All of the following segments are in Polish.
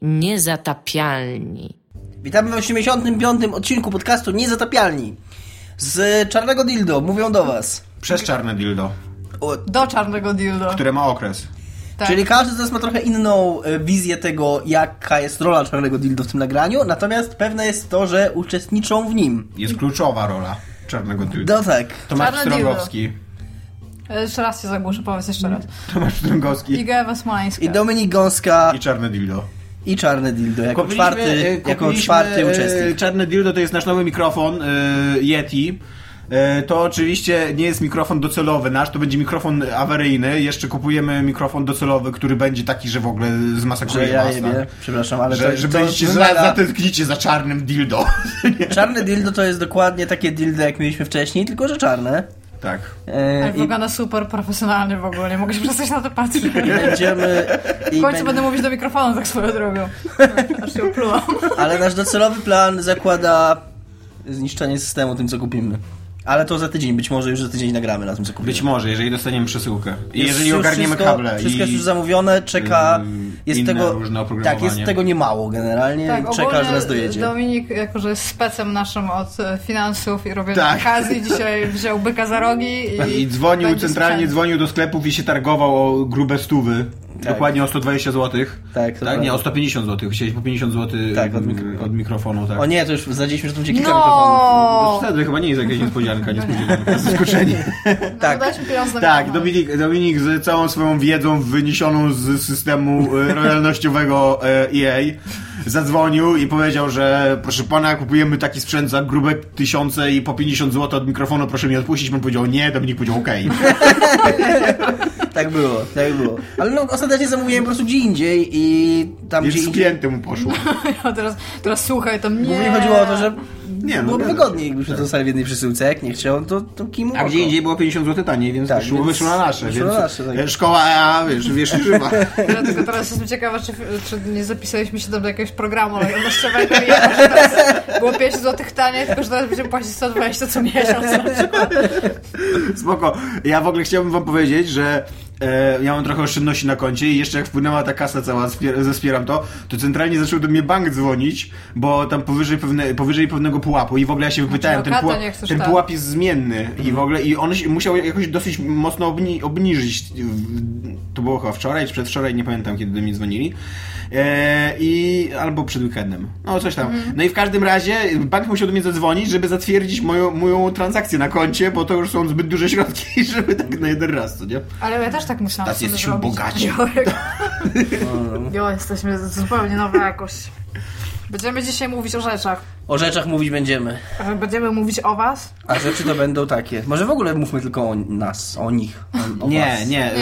Niezatapialni. Witamy w 85. odcinku podcastu Niezatapialni. Z Czarnego Dildo mówią do was. Przez Czarne Dildo. Do Czarnego Dildo. Które ma okres. Tak. Czyli każdy z nas ma trochę inną wizję tego, jaka jest rola Czarnego Dildo w tym nagraniu, natomiast pewne jest to, że uczestniczą w nim. Jest kluczowa rola Czarnego Dildo. No tak. Tomasz Czarne Strągowski. Jeszcze raz się zagłuszę, powiedz jeszcze raz. Tomasz Strągowski. Iga Ewa Smoleńska. I Dominik Gąska. I Czarne Dildo. I Czarne Dildo, jako czwarty uczestnik. Czarne Dildo to jest nasz nowy mikrofon Yeti. To oczywiście nie jest mikrofon docelowy nasz, to będzie mikrofon awaryjny. Jeszcze kupujemy mikrofon docelowy, który będzie taki, że w ogóle zmasakruje was. Przepraszam, ale że będziecie zatęsknicie za Czarnym Dildo. Czarne Dildo to jest dokładnie takie dildo, jak mieliśmy wcześniej, tylko że czarne. Tak. Ale wygląda super profesjonalnie w ogóle, nie mogę się przestać na to patrzeć. W końcu będę mówić do mikrofonu tak swoją drogą. Aż się oplułam. Ale nasz docelowy plan zakłada zniszczenie systemu tym, co kupimy. Ale to za tydzień, być może już za tydzień nagramy na tym, co kupimy. Być może, jeżeli dostaniemy przesyłkę. I jeżeli ogarniemy kable. Wszystko jest już zamówione, czeka. Jest tego, różne oprogramowanie. tak, jest tego niemało generalnie. Tak, czeka, że nas dojedzie. Dominik, jako że jest specem naszym od finansów i robienia okazji, dzisiaj wziął byka za rogi i dzwonił centralnie, dzwonił do sklepów i się targował o grube stówy. Tak. Dokładnie o 120 zł. Tak, nie, o 150 zł. Chcieliśmy po 50 zł od mikrofonu. Tak. O nie, to już zdradziliśmy, że to będzie kilka mikrofonów. Wtedy chyba nie jest jakaś niespodzianka, zaskoczenie. Tak, Dominik z całą swoją wiedzą wyniesioną z systemu royalnościowego EA zadzwonił i powiedział, że proszę pana, kupujemy taki sprzęt za grube tysiące i po 50 zł od mikrofonu, proszę mi odpuścić. Pan powiedział nie, Dominik powiedział okej. Tak było. Ale no ostatecznie zamówiłem po prostu gdzie indziej i tam jest gdzie indziej... klienty mu poszło. teraz słuchaj, to nie... Głównie chodziło o to, że byłoby no, wygodniej, jakbyśmy to dostali w jednej przesyłce. Jak nie chciał, to kim a gdzie indziej było 50 zł taniej, więc tak, wyszło na nasze. Tak. Szkoła EA, wiesz, żywa. Ja tylko teraz jestem ciekawa, czy nie zapisaliśmy się tam do jakiegoś programu lojalnościowego i było 5 zł taniej, tylko że teraz będziemy płacić 120 co miesiąc. Spoko. Ja w ogóle chciałbym wam powiedzieć, że ja mam trochę oszczędności na koncie i jeszcze jak wpłynęła ta kasa cała, zespieram to centralnie zaczął do mnie bank dzwonić, bo tam powyżej pewnego pułapu i w ogóle ja się wypytałem, ten pułap jest zmienny i w ogóle i on musiał jakoś dosyć mocno obniżyć. To było chyba wczoraj czy przedwczoraj, nie pamiętam kiedy do mnie dzwonili. Albo przed weekendem. No coś tam. No i w każdym razie bank musiał do mnie zadzwonić, żeby zatwierdzić moją transakcję na koncie, bo to już są zbyt duże środki, żeby tak na jeden raz, co nie? Ale ja też tak myślałam. Teraz jesteśmy bogaci. Jesteśmy zupełnie nowa jakość. Będziemy dzisiaj mówić o rzeczach. O rzeczach mówić będziemy. Będziemy mówić o was? A rzeczy to będą takie. Może w ogóle mówmy tylko o nas, o nich. Nie.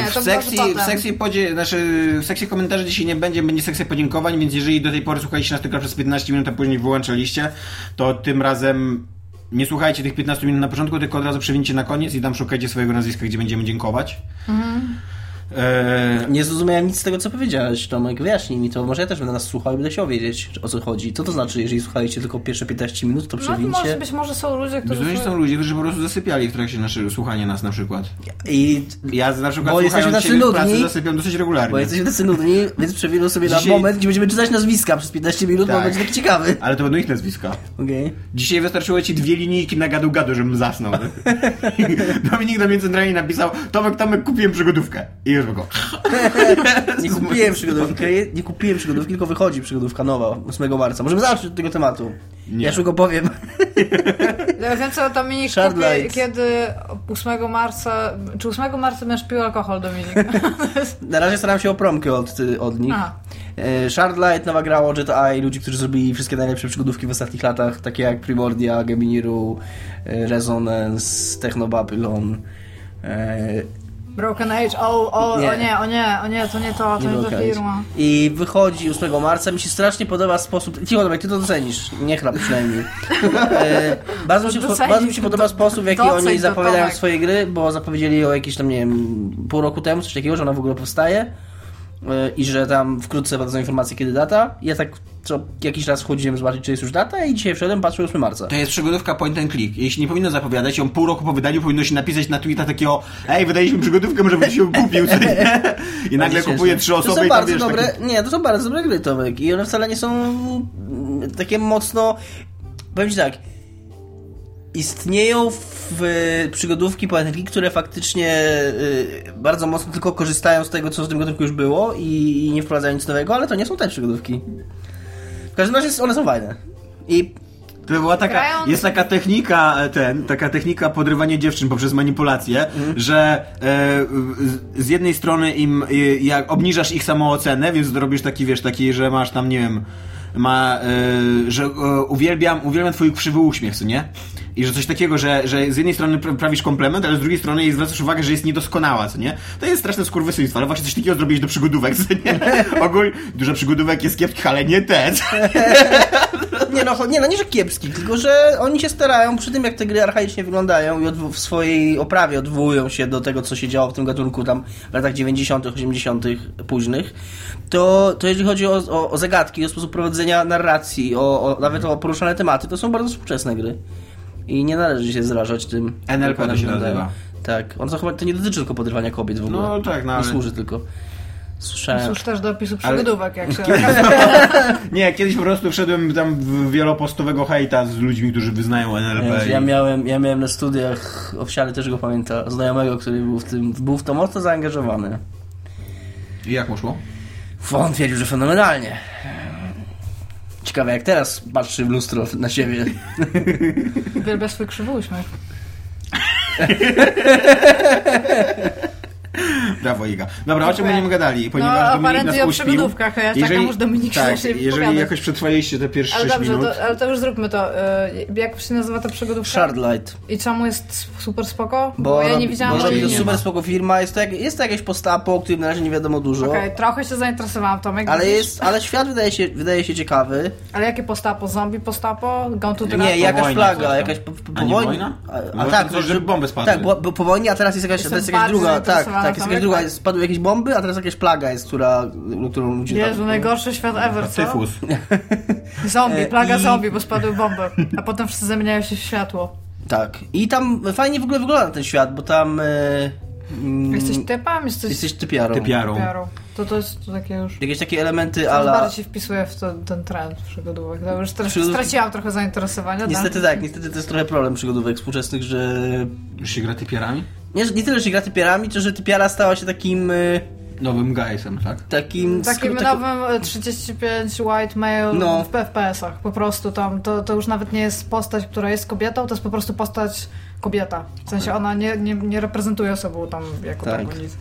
W sekcji komentarzy dzisiaj nie będzie sekcja podziękowań, więc jeżeli do tej pory słuchaliście nas tylko przez 15 minut, a później wyłączaliście, to tym razem nie słuchajcie tych 15 minut na początku, tylko od razu przewincie na koniec i tam szukajcie swojego nazwiska, gdzie będziemy dziękować. Nie zrozumiałem nic z tego, co powiedziałeś, Tomek. Wyjaśnij mi to. Może ja też będę nas słuchał i będę chciał wiedzieć, o co chodzi. Co to znaczy, jeżeli słuchaliście tylko pierwsze 15 minut, to przewincie? No, być może są ludzie, którzy... Są ludzie, którzy po prostu zasypiali w trakcie naszego słuchania nas na przykład. Ja na przykład słuchając siebie w pracy zasypiam dosyć regularnie. Bo jesteśmy tacy nudni, więc przewinął sobie na moment, gdzie będziemy czytać nazwiska przez 15 minut, bo będzie tak ciekawy. Ale to będą ich nazwiska. Okay. Dzisiaj wystarczyło ci 2 linijki na gadu-gadu, żebym zasnął. Dominik do mnie centralnie napisał: Tomek, kupiłem przygodówkę. I już go. Nie kupiłem przygodówki, tylko wychodzi przygodówka nowa 8 marca. Możemy zacząć od tego tematu. Nie. Ja już go powiem. Ja wiem, co Dominik kupi, kiedy 8 marca... Czy 8 marca będziesz pił alkohol, Dominik? Na razie staram się o promkę od nich. Shardlight, nowa gra o Jet Eye, ludzi, którzy zrobili wszystkie najlepsze przygodówki w ostatnich latach, takie jak Primordia, Geminiru, Resonance, Techno Babylon... Broken Age, o nie, to nie to firma. I wychodzi 8 marca, mi się strasznie podoba sposób... Cicho, ty to docenisz, nie chlap przynajmniej. Bardzo mi się podoba sposób, w jaki oni zapowiadają swoje gry, bo zapowiedzieli o jakieś tam, nie wiem, pół roku temu, coś takiego, że ona w ogóle powstaje. i że tam wkrótce podadzą informacje, kiedy data. Ja tak co jakiś raz wchodziłem zobaczyć, czy jest już data i dzisiaj wszedłem, patrzę 8 marca. To jest przygodówka point and click. Jeśli nie powinno zapowiadać, ją pół roku po wydaniu powinno się napisać na Twitter takiego wydaliśmy przygodówkę, może byś się kupił, co nie? I nagle kupuje 3 osoby to są i bardzo wiesz, dobre, taki... Nie, to są bardzo dobre gry, Tomek. I one wcale nie są takie mocno... Powiem ci tak, istnieją w przygodówki point and click, które faktycznie bardzo mocno tylko korzystają z tego, co w tym gatunku już było i nie wprowadzają nic nowego, ale to nie są te przygodówki. W każdym razie one są fajne. I to była jest taka technika podrywania dziewczyn poprzez manipulację, że z jednej strony jak obniżasz ich samoocenę, więc robisz taki, że masz tam, nie wiem, że uwielbiam twój krzywy uśmiech, co nie? I że coś takiego, że z jednej strony prawisz komplement, ale z drugiej strony jej zwracasz uwagę, że jest niedoskonała, co nie? To jest straszne skurwysyństwo, ale właśnie coś takiego zrobiłeś do przygodówek, co nie? Ogólnie dużo przygodówek jest kiepskich, ale nie te. Nie, że kiepskich, tylko że oni się starają przy tym, jak te gry archaicznie wyglądają i w swojej oprawie odwołują się do tego, co się działo w tym gatunku tam w latach 90., 80. późnych, to jeżeli chodzi o zagadki, o sposób prowadzenia narracji, nawet o poruszane tematy, to są bardzo współczesne gry. I nie należy się zrażać tym. NLP to się nazywa. Tak. To nie dotyczy tylko podrywania kobiet w ogóle. No tak, ale... Nie służy tylko. Służy też do opisu przygodówek, jak się... Nie, kiedyś po prostu wszedłem tam w wielopostowego hejta z ludźmi, którzy wyznają NLP. Ja miałem na studiach, Owsiany też go pamięta, znajomego, który był w to mocno zaangażowany. I jak mu szło? On twierdził, że fenomenalnie. Ciekawe, jak teraz patrzy w lustro na siebie. Uwielbia swój krzywy uśmiech. Brawo, Iga. Dobra, o czym będziemy gadali? Ponieważ Dominik nas o przygodówkach, a ja czekam, aż Dominik się jeżeli jakoś przetrwaliście te pierwsze 6 minut... Ale to już zróbmy to. Jak się nazywa ta przygodówka? Shardlight. I czemu jest super spoko? Bo ja nie widziałam... Bo robi to super spoko firma. Jest to jakieś postapo, o którym na razie nie wiadomo dużo. Okej, trochę się zainteresowałam, Tomek. Ale świat wydaje się ciekawy. Ale jakie postapo? Zombie postapo? Nie, jakaś plaga, jakaś po wojnie. A tak, że bomby spadły. Tak, bo po wojnie, a teraz jest jakaś druga. Tak, jest jakaś druga. Spadły jakieś bomby, a teraz jakaś plaga jest, którą ludzie... Jezu, najgorszy świat ever, co? Tyfus. Plaga zombie, bo spadły bomby. A potem wszyscy zamieniają się w światło. Tak. I tam fajnie w ogóle wygląda ten świat, bo tam... Jesteś typem? Jesteś typiarą. To jest to takie już... Jakieś takie elementy bardziej się wpisuje w ten trend przygodówek. To już straciłam trochę zainteresowania. Niestety tak. Niestety to jest trochę problem przygodówek współczesnych, że... Już się gra typiarami? Nie tyle, że się gra typiarami, to że typiara stała się takim... nowym guysem, tak? Takim nowym 35 white male w FPS-ach. Po prostu tam to już nawet nie jest postać, która jest kobietą, to jest po prostu postać kobieta. W sensie ona nie reprezentuje sobą tam jako taką nic.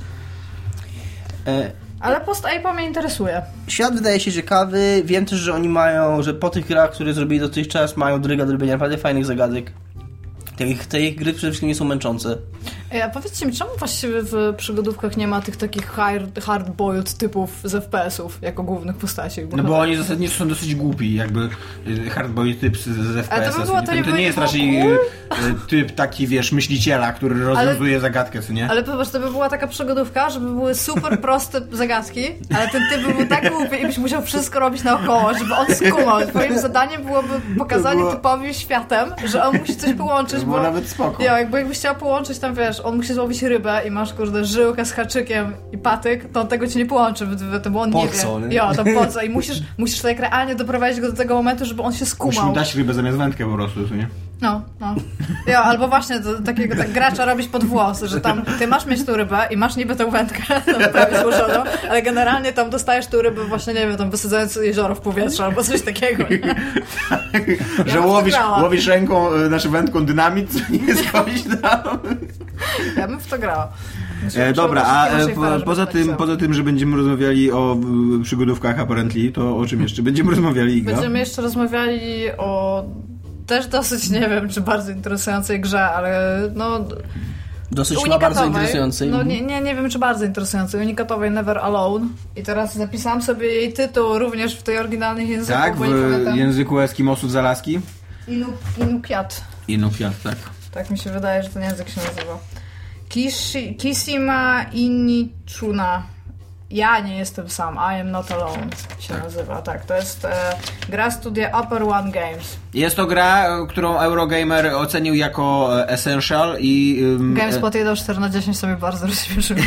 Ale post-ape'a mnie interesuje. Świat wydaje się ciekawy. Wiem też, że oni mają, że po tych grach, które zrobili dotychczas, mają dryga do robienia naprawdę fajnych zagadek. Te ich gry przede wszystkim nie są męczące. A powiedzcie mi, czemu właściwie w przygodówkach nie ma tych takich hard-boiled typów z FPS-ów jako głównych postaci? No bo oni zasadniczo są dosyć głupi, jakby hard-boiled typ z FPS-a. To nie jest raczej typ taki, wiesz, myśliciela, który rozwiązuje zagadkę, co nie? Ale popatrz, to by była taka przygodówka, żeby były super proste zagadki, ale ten typ by był tak głupi i byś musiał wszystko robić naokoło, żeby on skumał. Twoim zadaniem byłoby pokazanie typowi światem, że on musi coś połączyć, bo nawet spoko. Jakbyś chciał połączyć tam, wiesz, on musi złowić rybę i masz, żyłkę z haczykiem i patyk, to on tego ci nie połączy, bo on nie wie. To po co? I musisz tak realnie doprowadzić go do tego momentu, żeby on się skumał. Musimy dać rybę zamiast wędkę po prostu, nie? No. Albo właśnie do takiego gracza robić pod włos, że tam ty masz mieć tą rybę i masz niby tą wędkę prawie złożoną, ale generalnie tam dostajesz tą rybę właśnie, nie wiem, tam wysadzając jezioro w powietrzu albo coś takiego. Że łowisz ręką, wędką dynamit, co nie skądś tam. Ja bym w to grała. Dobra, a poza tym, że będziemy rozmawiali o przygodówkach apparently, to o czym jeszcze będziemy rozmawiali, Iga? Będziemy jeszcze rozmawiali o też dosyć, nie wiem, czy bardzo interesującej grze, ale dosyć bardzo interesującej. Nie wiem, czy bardzo interesującej. Unikatowej Never Alone. I teraz zapisałam sobie jej tytuł również w tej oryginalnych języku. Tak, w języku Eskimosów z Alaski? Inupiat, tak. Tak mi się wydaje, że ten język się nazywa. Kishima Inichuna. Ja nie jestem sam, I am not alone się nazywa, tak. To jest gra studia Upper One Games. Jest to gra, którą Eurogamer ocenił jako essential i... GameSpot 1/4/10 sobie bardzo rozśmieszyło.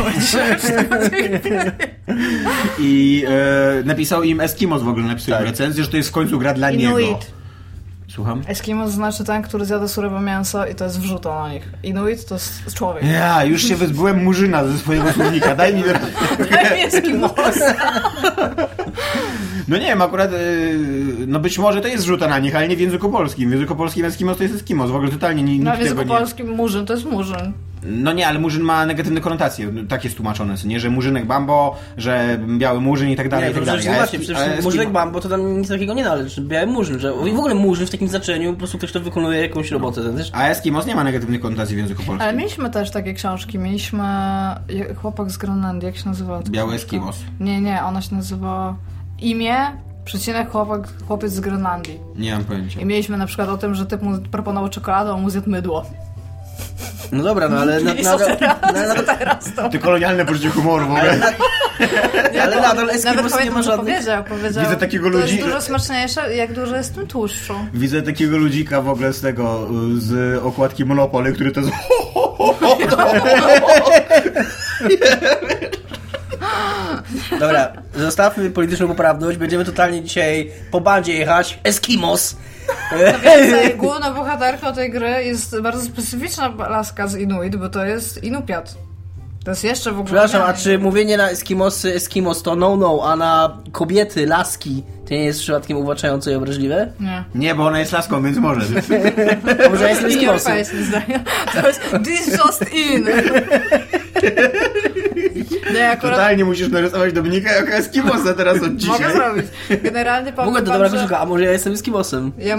I napisał im Eskimos w ogóle, napisał im recenzję, że to jest w końcu gra dla niego. Słucham? Eskimos znaczy ten, który zjada surowe mięso i to jest wrzuto na nich. Inuit to jest człowiek. Ja, już się wyzbyłem Murzyna ze swojego słownika. Daj mi Eskimosa. No nie wiem, akurat no być może to jest rzuta na nich, ale nie w języku polskim. W języku polskim Eskimos to jest Eskimos. W ogóle totalnie nikt no w języku tego nie... polskim Murzyn to jest Murzyn. No nie, ale Murzyn ma negatywne konotacje. Tak jest tłumaczone, nie? Że Murzynek Bambo, że biały Murzyn i tak dalej, nie, i tak dalej. Właśnie, przecież Murzynek Bambo to tam nic takiego nie należy. Biały Murzyn, że w ogóle Murzyn w takim znaczeniu po prostu ktoś, kto wykonuje jakąś robotę. A Eskimos nie ma negatywnych konotacji w języku polskim. Ale mieliśmy też takie książki. Mieliśmy Chłopak z Grenlandii, jak się nazywa? Biały Eskimos. Nie, ona się nazywa Imię chłopiec z Grenlandii. Nie mam pojęcia. I mieliśmy na przykład o tym, że typ mu proponował czekoladę, a on mu zjadł mydło. No dobra, no ale... teraz to? Ty kolonialne poczucie humoru w ogóle. Ale nadal Eskimos nie ma żadnych... Powiedział. Widzę takiego ludzi... To jest dużo smaczniejsze, jak dużo jest tym tłuszczu. Widzę takiego ludzika w ogóle z tego, z okładki Monopoly, który to jest... Dobra, zostawmy polityczną poprawność, będziemy totalnie dzisiaj po bandzie jechać. Eskimos! No więcej, główna bohaterka tej gry jest bardzo specyficzna laska z Inuit, bo to jest Inupiat. To jest jeszcze w ogóle... Przepraszam, a czy mówienie na Eskimosy Eskimos to no, a na kobiety, laski, to nie jest przypadkiem uwłaczające i obraźliwe? Nie. Nie, bo ona jest laską, więc może. Może ja jestem Eskimosem. To jest this just in. Nie, akurat... Totalnie musisz narysować Dominika jako Eskimosa teraz od dzisiaj. Mogę zrobić. Generalnie powiem Mogę to dobra koszulka, a może ja jestem Eskimosem? Ja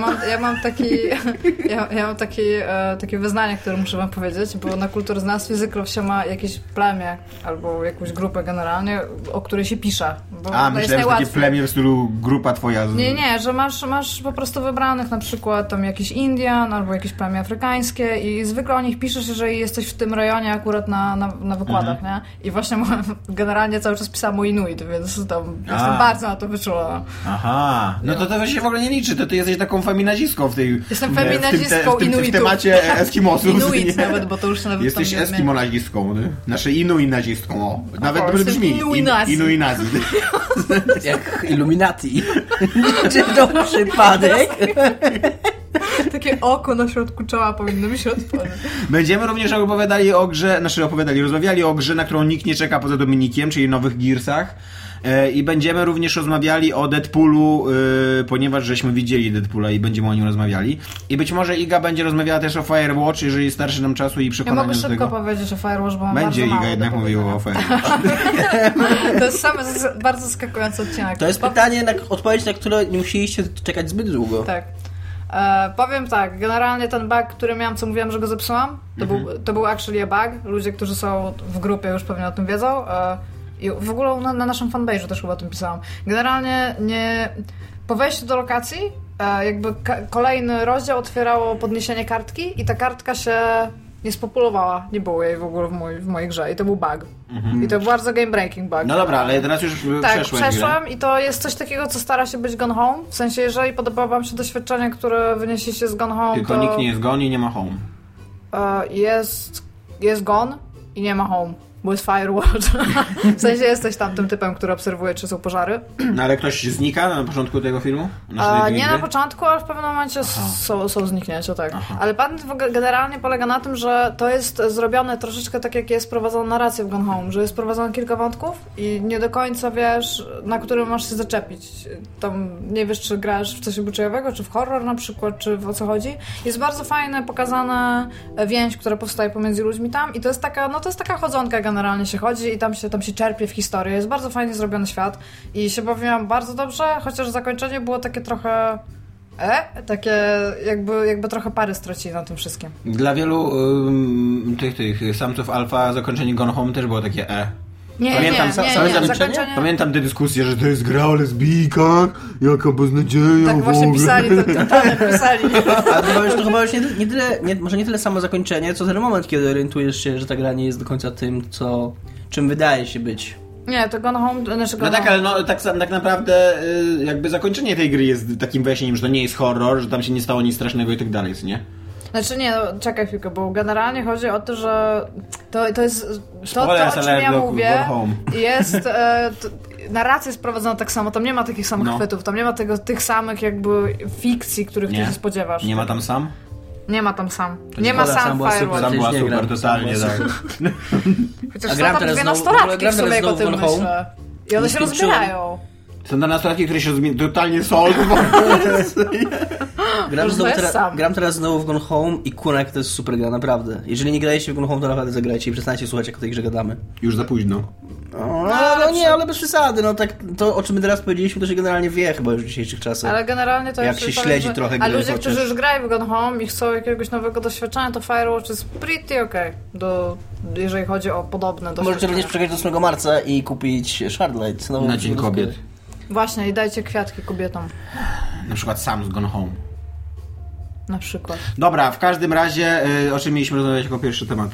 mam takie wyznanie, które muszę wam powiedzieć, bo na kulturoznawstwie zwykle się ma jakieś plemię albo jakąś grupę generalnie, o której się pisze. Bo a, myślałem, że takie plemię w stylu grupa twoja. Nie, że masz po prostu wybranych na przykład tam jakiś Indian albo jakieś plemię afrykańskie i zwykle o nich piszesz, jeżeli jesteś w tym rejonie akurat na wykładach, nie? I właśnie generalnie cały czas pisałam o Inuit, więc tam jestem bardzo na to wyczuła. Aha, no to się w ogóle nie liczy, to ty jesteś taką feminazistką w tej... Jestem feminazistką Inuitów. W temacie Eskimosów. Inuit nawet, bo to już nawet jesteś Eskimonazistką, nasze Inuinazistką. Nawet dobrze brzmi. Inuinazji. Jak Illuminati. Czy to przypadek? Takie oko na środku czoła powinno mi się otworzyć. Będziemy również rozmawiali o grze, na którą nikt nie czeka poza Dominikiem, czyli nowych Gearsach. I będziemy również rozmawiali o Deadpoolu, ponieważ żeśmy widzieli Deadpoola i będziemy o nim rozmawiali. I być może Iga będzie rozmawiała też o Firewatch, jeżeli starszy nam czasu i przekonania do tego. Ja mogę szybko powiedzieć o Firewatch, bo mam będzie bardzo Iga jednak mówiła o Firewatch. To jest sam bardzo zaskakujący odcinek. To jest pytanie, odpowiedź na które nie musieliście czekać zbyt długo. Tak. Powiem tak, generalnie ten bug, który miałam, co mówiłam, że go zepsułam, to był actually a bug. Ludzie, którzy są w grupie już pewnie o tym wiedzą. I w ogóle na naszym fanpage'u też chyba o tym pisałam. Generalnie po wejściu do lokacji jakby kolejny rozdział otwierało podniesienie kartki i ta kartka się nie spopulowała. Nie było jej w ogóle w mojej grze i to był bug. I to bardzo game breaking bug. No dobra, ale teraz już przeszłam i to jest coś takiego, co stara się być Gone Home. W sensie, jeżeli podoba wam się doświadczenie, które wynieśliście z Gone Home, tylko nikt nie jest Gone i nie ma Home. Jest Gone i nie ma Home. Bo jest Firewatch. W sensie jesteś tam tym typem, który obserwuje, czy są pożary. No ale ktoś znika na początku tego filmu? Nie na początku, ale w pewnym momencie są zniknięcia, tak. Aha. Ale patent generalnie polega na tym, że to jest zrobione troszeczkę tak, jak jest prowadzona narracja w Gone Home, że jest prowadzone kilka wątków i nie do końca wiesz, na którym masz się zaczepić. Tam nie wiesz, czy grasz w coś obyczajowego, czy w horror na przykład, czy o co chodzi. Jest bardzo fajne pokazana więź, która powstaje pomiędzy ludźmi tam i to jest taka chodzonka generalnie się chodzi i tam się czerpie w historię. Jest bardzo fajnie zrobiony świat i się bawiłam bardzo dobrze, chociaż zakończenie było takie trochę takie jakby trochę pary stracili na tym wszystkim. Dla wielu tych samców alfa zakończenie Gone Home też było takie Pamiętam te dyskusje, że to jest gra o lesbijkach, jaka beznadzieja. Tak właśnie pisali. Ale to chyba już może nie tyle samo zakończenie, co ten moment, kiedy orientujesz się, że ta gra nie jest do końca tym, czym wydaje się być. Nie, to Gone Home... No tak, ale tak naprawdę jakby zakończenie tej gry jest takim wyjaśnieniem, że to nie jest horror, że tam się nie stało nic strasznego i tak dalej, nie? Znaczy nie, czekaj chwilkę, bo generalnie chodzi o to, że to jest... To, o czym ja mówię, jest... narracja jest prowadzona tak samo, tam nie ma takich samych chwytów, tam nie ma tych samych jakby fikcji, których ty się spodziewasz. Nie ma tam sam? Nie ma tam sam. Nie ma sam Firewatch. Sam była super, totalnie, tak. Chociaż są tam dwie nastolatki w sobie, jak o tym myślę. I one się rozbierają. Są to nastolatki, które się totalnie są. Gram teraz znowu w Gone Home i kurek to jest super gra, naprawdę. Jeżeli nie graliście w Gone Home, to naprawdę zagrajcie i przestańcie słuchać, jak o tej grze gadamy. Już za późno. Ale bez przesady. No tak, to o czym my teraz powiedzieliśmy, to się generalnie wie chyba już w dzisiejszych czasach. Ale generalnie to jak się śledzi trochę gry. A ludzie, którzy już grają w Gone Home i chcą jakiegoś nowego doświadczenia, to Firewatch jest pretty okej. Jeżeli chodzi o podobne doświadczenia. Możecie również czekać do 8 marca i kupić Shardlight. Na Dzień Kobiet. Właśnie, i dajcie kwiatki kobietom. Na przykład Sam z Gone Home. Na przykład. Dobra, w każdym razie, o czym mieliśmy rozmawiać jako pierwszy temat?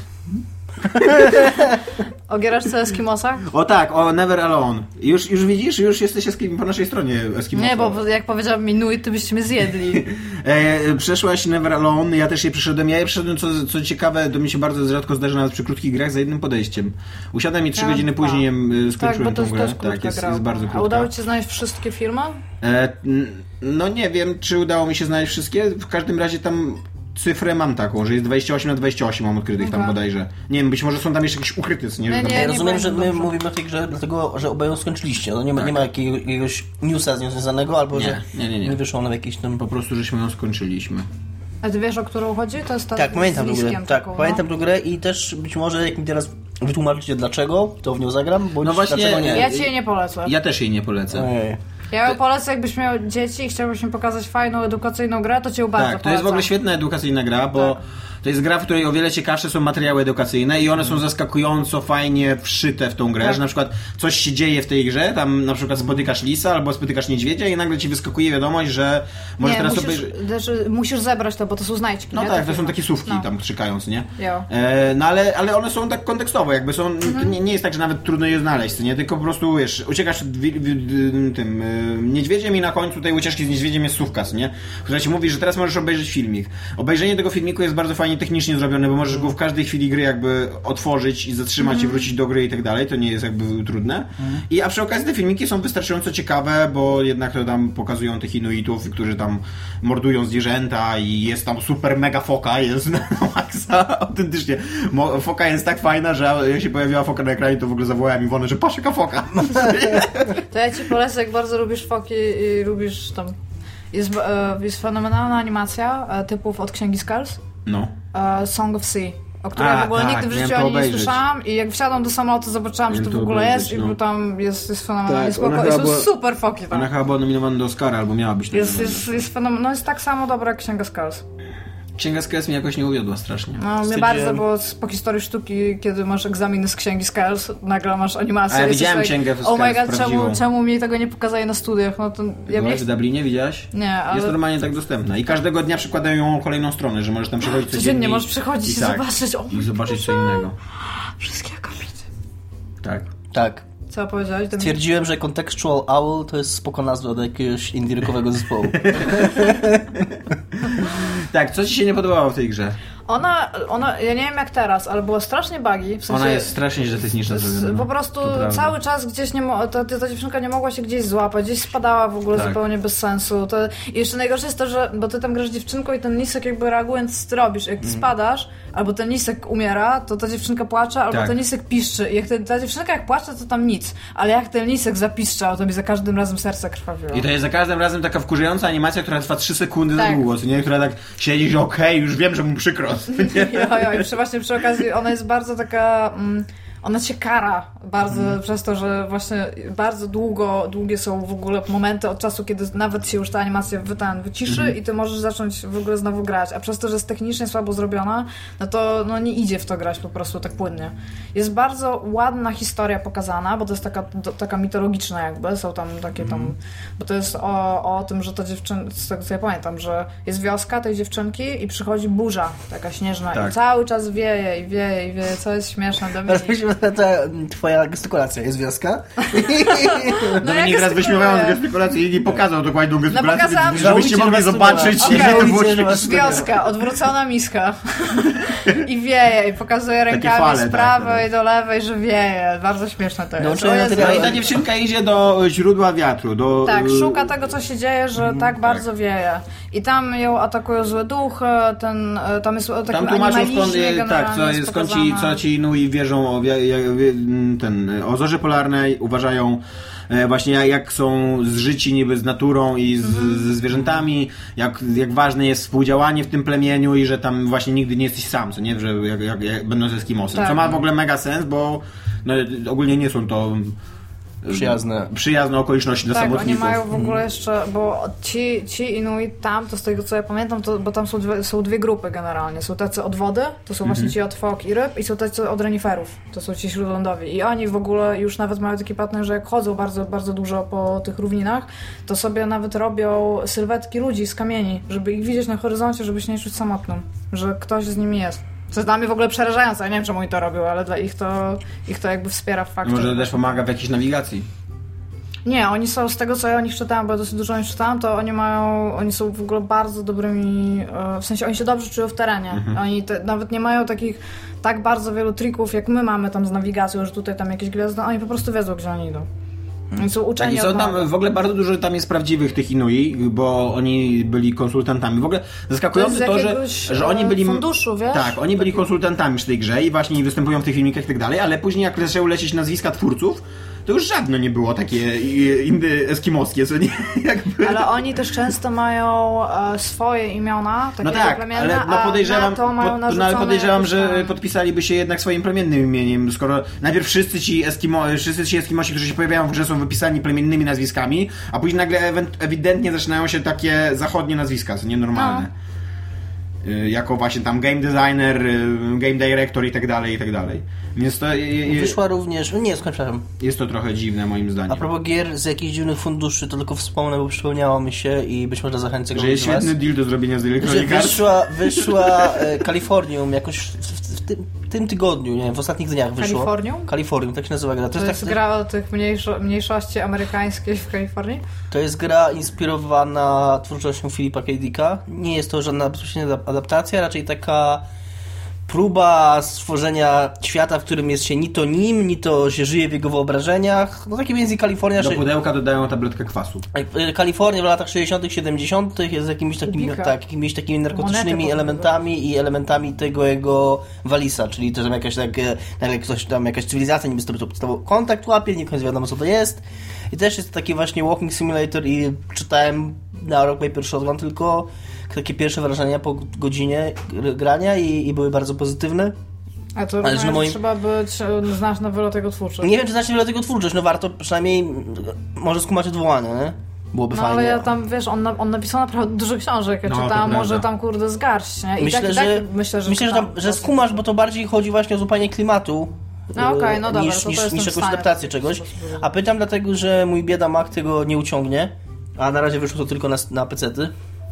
O giereczce Eskimosach? O tak, o Never Alone. Już widzisz? Już jesteś po naszej stronie Eskimosów. Nie, bo jak powiedziałam minuj, to byście mnie zjedli. Przeszłaś Never Alone, ja też je przeszedłem. Ja je przeszedłem, co ciekawe, to mi się bardzo rzadko zdarza nawet przy krótkich grach, za jednym podejściem. Usiadłem i 3 godziny później skończyłem tą grę. Tak, jest bardzo krótka. A udało ci się znaleźć wszystkie filmy? No nie wiem, czy udało mi się znaleźć wszystkie. W każdym razie tam cyfrę mam taką, że jest 28/28 mam odkrytych tam bodajże. Nie wiem, być może są tam jeszcze jakieś ukryte, nie? Ja rozumiem, że my mówimy o tej grze dlatego, że obaj ją skończyliście. No nie ma jakiegoś newsa z nią związanego, albo że nie wyszło na jakiś tam... Po prostu, żeśmy ją skończyliśmy. A ty wiesz, o którą chodzi? To jest ta tak, pamiętam tę grę. Tak, pamiętam tę grę i też być może jak mi teraz wytłumaczycie dlaczego, to w nią zagram, bo dlaczego nie. Ja ci jej nie polecę. Ja też jej nie polecę. Ja polecę, jakbyś miał dzieci i chciałbyś mi pokazać fajną, edukacyjną grę, to cię bardzo polecam. Tak, to jest w ogóle świetna edukacyjna gra, bo to jest gra, w której o wiele ciekawsze są materiały edukacyjne i one są zaskakująco fajnie wszyte w tą grę, że na przykład coś się dzieje w tej grze, tam na przykład spotykasz lisa albo spotykasz niedźwiedzia i nagle ci wyskakuje wiadomość, że może teraz musisz zebrać to, bo to są znajdźki. No tak, to są takie słówki tam krzykając, nie? No ale one są tak kontekstowo, jakby są, nie jest tak, że nawet trudno je znaleźć, nie? Tylko po prostu, wiesz, uciekasz tym niedźwiedziem i na końcu tej ucieczki z niedźwiedziem jest słówka, nie? Która ci mówi, że teraz możesz obejrzeć filmik. Obejrzenie tego filmiku jest bardzo fajnie technicznie zrobione, bo możesz go w każdej chwili gry jakby otworzyć i zatrzymać i wrócić do gry i tak dalej, to nie jest jakby trudne. A przy okazji te filmiki są wystarczająco ciekawe, bo jednak to tam pokazują tych Inuitów, którzy tam mordują zwierzęta i jest tam super mega foka, jest na maksa, autentycznie. Foka jest tak fajna, że jak się pojawiła foka na ekranie, to w ogóle zawołałem Iwonę, że patrz jaka foka. To ja ci polecę, jak bardzo lubisz foki i lubisz tam... Jest fenomenalna animacja typów od Księgi Skulls. Song of Sea, o której w ogóle nigdy w życiu ani nie słyszałam i jak wsiadłam do samolotu, zobaczyłam, że to w ogóle jest i tam jest fenomenalnie spoko. Są super foki tam. Ona chyba była nominowana do Oscara, albo miała być jest fenomenalna, jest tak samo dobra jak Księga Skulls. Księga Skulls mnie jakoś nie uwiodła strasznie. No, mnie bardzo, bo po historii sztuki, kiedy masz egzaminy z Księgi Skulls, nagle masz animację. A ja widziałem Księgę Skulls. Oh my god, czemu mi tego nie pokazali na studiach? No to byłaś w Dublinie, widziałaś? Nie, ale... Jest normalnie tak dostępna. I każdego dnia przykładają ją kolejną stronę, że możesz tam przychodzić codziennie możesz przychodzić i zobaczyć. I zobaczyć co innego. Wszystkie kobiety. Tak. Co powiedziałeś? Stwierdziłem, że Contextual Owl to jest spoko nazwa do jakiegoś indie-rockowego zespołu. Tak, co ci się nie podobało w tej grze? Ona, ja nie wiem jak teraz, ale była strasznie buggy. W sensie, ona jest strasznie źle technicznie zrobiona. Po prostu cały czas gdzieś ta dziewczynka nie mogła się gdzieś złapać, gdzieś spadała w ogóle zupełnie bez sensu. I jeszcze najgorsze jest to, że bo ty tam grasz dziewczynką i ten lisek jakby reagując ty robisz. Jak ty spadasz, albo ten lisek umiera, to ta dziewczynka płacze, albo ten lisek piszczy. I jak ta dziewczynka jak płacze, to tam nic. Ale jak ten lisek zapiszczał, to mi za każdym razem serce krwawiło. I to jest za każdym razem taka wkurzająca animacja, która trwa 3 sekundy za długo, nie? Która tak siedzi, że okej, już wiem, że mu przykro. I właśnie przy okazji ona jest bardzo taka... Ona cię kara bardzo przez to, że właśnie bardzo długie są w ogóle momenty od czasu, kiedy nawet się już ta animacja wyciszy i ty możesz zacząć w ogóle znowu grać, a przez to, że jest technicznie słabo zrobiona, no to nie idzie w to grać po prostu tak płynnie. Jest bardzo ładna historia pokazana, bo to jest taka mitologiczna jakby, są tam takie tam, bo to jest o tym, że ta dziewczynka, z tego co ja pamiętam, że jest wioska tej dziewczynki i przychodzi burza taka śnieżna i cały czas wieje, co jest śmieszne dla mnie. twoja gestykulacja jest wioska. Dominik raz wyśmiewając gestykulację i pokazał dokładną gestykulację, pokazałam, żebyście mogli zobaczyć. Wioska, odwrócona miska. I wieje, i pokazuje rękami z prawej do lewej, że wieje. Bardzo śmieszne to jest. No i ta dziewczynka idzie do źródła wiatru. Tak, szuka tego, co się dzieje, że tak bardzo wieje. I tam ją atakują złe duchy, tam jest taki animalicznie generalnie co ci Inui wierzą o zorze polarnej, uważają właśnie jak są zżyci niby z naturą i ze zwierzętami, jak ważne jest współdziałanie w tym plemieniu i że tam właśnie nigdy nie jesteś sam, co nie? Że jak będąc Eskimosem. Tak. Co ma w ogóle mega sens, bo ogólnie nie są to przyjazne okoliczności dla samotników. Oni mają w ogóle jeszcze, bo ci Inuit tam, to z tego co ja pamiętam, bo tam są dwie grupy generalnie. Są tacy od wody, to są właśnie ci od fok i ryb, i są tacy od reniferów, to są ci śródlądowi. I oni w ogóle już nawet mają taki pattern, że jak chodzą bardzo, bardzo dużo po tych równinach, to sobie nawet robią sylwetki ludzi z kamieni, żeby ich widzieć na horyzoncie, żeby się nie czuć samotnym, że ktoś z nimi jest. Co jest dla mnie w ogóle przerażające. Ja nie wiem, czemu oni to robią, ale dla ich to jakby wspiera w fakcie. Może też pomaga w jakiejś nawigacji. Nie, oni są, z tego co ja o nich czytałam, bo ja dosyć dużo o nich czytałam, to oni są w ogóle bardzo dobrymi, w sensie oni się dobrze czują w terenie. Oni nawet nie mają takich tak bardzo wielu trików, jak my mamy tam z nawigacją, że tutaj tam jakieś gwiazdy, oni po prostu wiedzą, gdzie oni idą. Oni są uczeni. Tak, i są tam w ogóle bardzo dużo tam jest prawdziwych tych Inui, bo oni byli konsultantami. W ogóle zaskakujące to, że oni byli funduszu, wiesz? Tak, oni byli konsultantami w tej grze i właśnie występują w tych filmikach i tak dalej, ale później jak zaczęły lecieć nazwiska twórców, to już żadne nie było takie eskimoskie, co nie? Jakby. Ale oni też często mają swoje imiona, takie plemienne, ale podejrzewam, że podpisaliby się jednak swoim plemiennym imieniem, skoro najpierw wszyscy ci eskimosi, którzy się pojawiają w grze, są wypisani plemiennymi nazwiskami, a później nagle ewidentnie zaczynają się takie zachodnie nazwiska, co nienormalne. Jako właśnie tam game designer, game director i tak dalej. Więc to wyszła również... Nie, skończyłem. Jest to trochę dziwne moim zdaniem. A propos gier z jakichś dziwnych funduszy, to tylko wspomnę, bo przypomniało mi się i być może zachęcę kogoś. Że jest świetny deal do zrobienia z Electronic Arts. Wyszła Californium jakoś w tym tygodniu, nie wiem, w ostatnich dniach wyszło. Californium, tak się nazywa gra. To jest gra o tych mniejszości amerykańskiej w Kalifornii? To jest gra inspirowana twórczością Philipa K. Dicka. Nie jest to żadna bezpośrednia adaptacja, raczej taka próba stworzenia świata, w którym jest się ni to nim, ni to się żyje w jego wyobrażeniach. No takie między Kalifornia... Do pudełka dodają tabletkę kwasu. Kalifornia w latach 60., 70. jest z jakimiś takimi narkotycznymi elementami i elementami tego jego walisa, czyli to, że jakaś cywilizacja niby to kontakt łapie, nie końca wiadomo co to jest. I też jest taki właśnie walking simulator i czytałem na Rock Paper Shotgun tylko takie pierwsze wrażenia po godzinie grania i były bardzo pozytywne. A to trzeba znać nowelę tego twórczość. Nie wiem, czy znać nowelę tego twórczość, no warto przynajmniej może skumać odwołania, nie? Byłoby fajnie. Ale ja tam, wiesz, on napisał naprawdę dużo książek, ja czytałam może tam kurde z garść, nie? I myślę, że skumasz, bo to bardziej chodzi właśnie o złapanie klimatu. Niż jakąś adaptację czegoś. A pytam dlatego, że mój bieda Mac tego nie uciągnie, a na razie wyszło to tylko na PC-ty.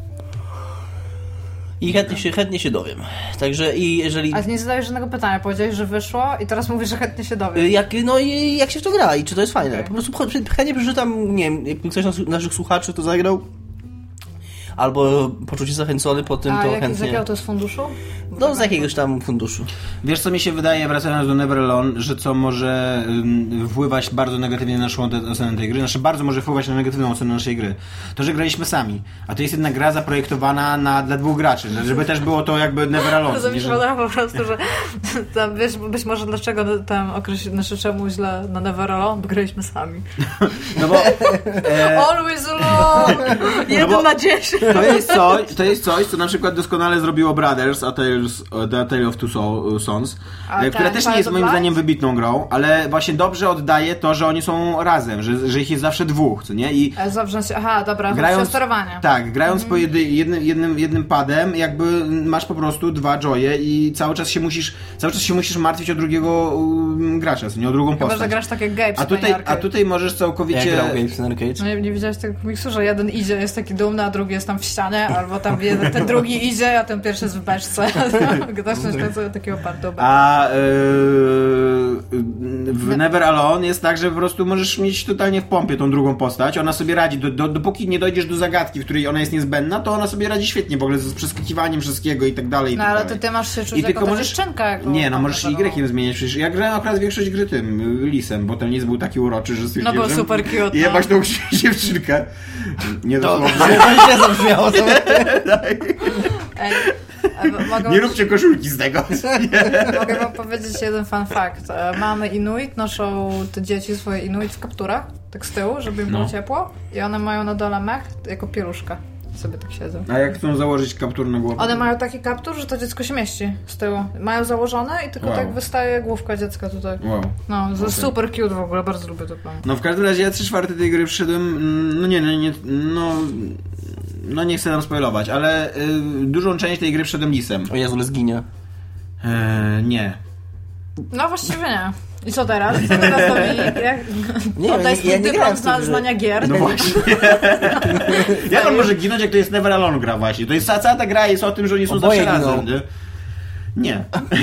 I chętnie się dowiem. Także i jeżeli... Ale nie zadajesz żadnego pytania, powiedziałeś, że wyszło i teraz mówisz, że chętnie się dowiem. Jak się w to gra i czy to jest fajne. Okay. Po prostu chętnie przeczytam, nie wiem, jakby ktoś z naszych słuchaczy to zagrał, albo poczuć się zachęcony po tym, to chętnie... Z jakiego to jest funduszu? No, z jakiegoś tam funduszu. Wiesz, co mi się wydaje, wracając do Never Alone, że co może wpływać bardzo negatywnie na naszą ocenę tej gry, bardzo może wpływać na negatywną ocenę naszej gry. To, że graliśmy sami. A to jest jedna gra zaprojektowana dla dwóch graczy, żeby też było to jakby Never Alone. To mi się podoba po prostu, że tam, wiesz, być może dlaczego tam czemu źle na Never Alone, bo graliśmy sami. No bo... Always alone! 1 na 10. To jest coś, co na przykład doskonale zrobiło Brothers, A Tale of Two Sons, która też nie jest moim zdaniem wybitną grą, ale właśnie dobrze oddaje to, że oni są razem, że ich jest zawsze dwóch, co nie? I grając sterowanie. Tak, grając po jednym padem, jakby masz po prostu dwa joye i cały czas się musisz martwić o drugiego gracza, co nie? O drugą postać. Chyba, że grasz tak jak Gabe a tutaj możesz całkowicie... Jak grał Gabe Arcade? No nie widziałeś tego komiksu, że jeden idzie, jest taki dumny, a drugi jest tam tam w ścianie, albo tam ten drugi idzie, a ten pierwszy jest w beczce. Gadasz na takiego partu. A w Never Alone jest tak, że po prostu możesz mieć totalnie w pompie tą drugą postać. Ona sobie radzi, dopóki nie dojdziesz do zagadki, w której ona jest niezbędna, to ona sobie radzi świetnie w ogóle z przeskakiwaniem wszystkiego i tak dalej. No ale to ty masz się czuć jako ta dziewczynka. Nie, no możesz Y zmieniać. Przecież ja grałem akurat większość gry tym lisem, bo ten lis był taki uroczy, że stwierdziłem, no bo super cute. Jebać tą dziewczynkę. Nie dosłownie. To się zabrzmiało. Nie róbcie koszulki z tego. Mogę wam powiedzieć jeden fun fact. Mamy Inuit, noszą te dzieci swoje Inuit w kapturach, tak z tyłu, żeby im było ciepło i one mają na dole mech jako pieluszka. Sobie tak siedzą. A jak chcą założyć kaptur na głowę? One mają taki kaptur, że to dziecko się mieści z tyłu. Mają założone i tylko tak wystaje główka dziecka tutaj. Wow. No, okay. Super cute w ogóle, bardzo lubię to plan. No w każdym razie ja 3/4 tej gry przyszedłem, nie chcę tam spoilować, ale dużą część tej gry przyszedłem lisem. O Jezu, ale zginie. Nie. No właściwie nie. I co teraz? Co teraz Dominik? Ja nie grałem znania gier. No właśnie. Jak on może ginąć, jak to jest Never Alone gra właśnie? To jest cała ta gra jest o tym, że oni są zawsze razem. Nie.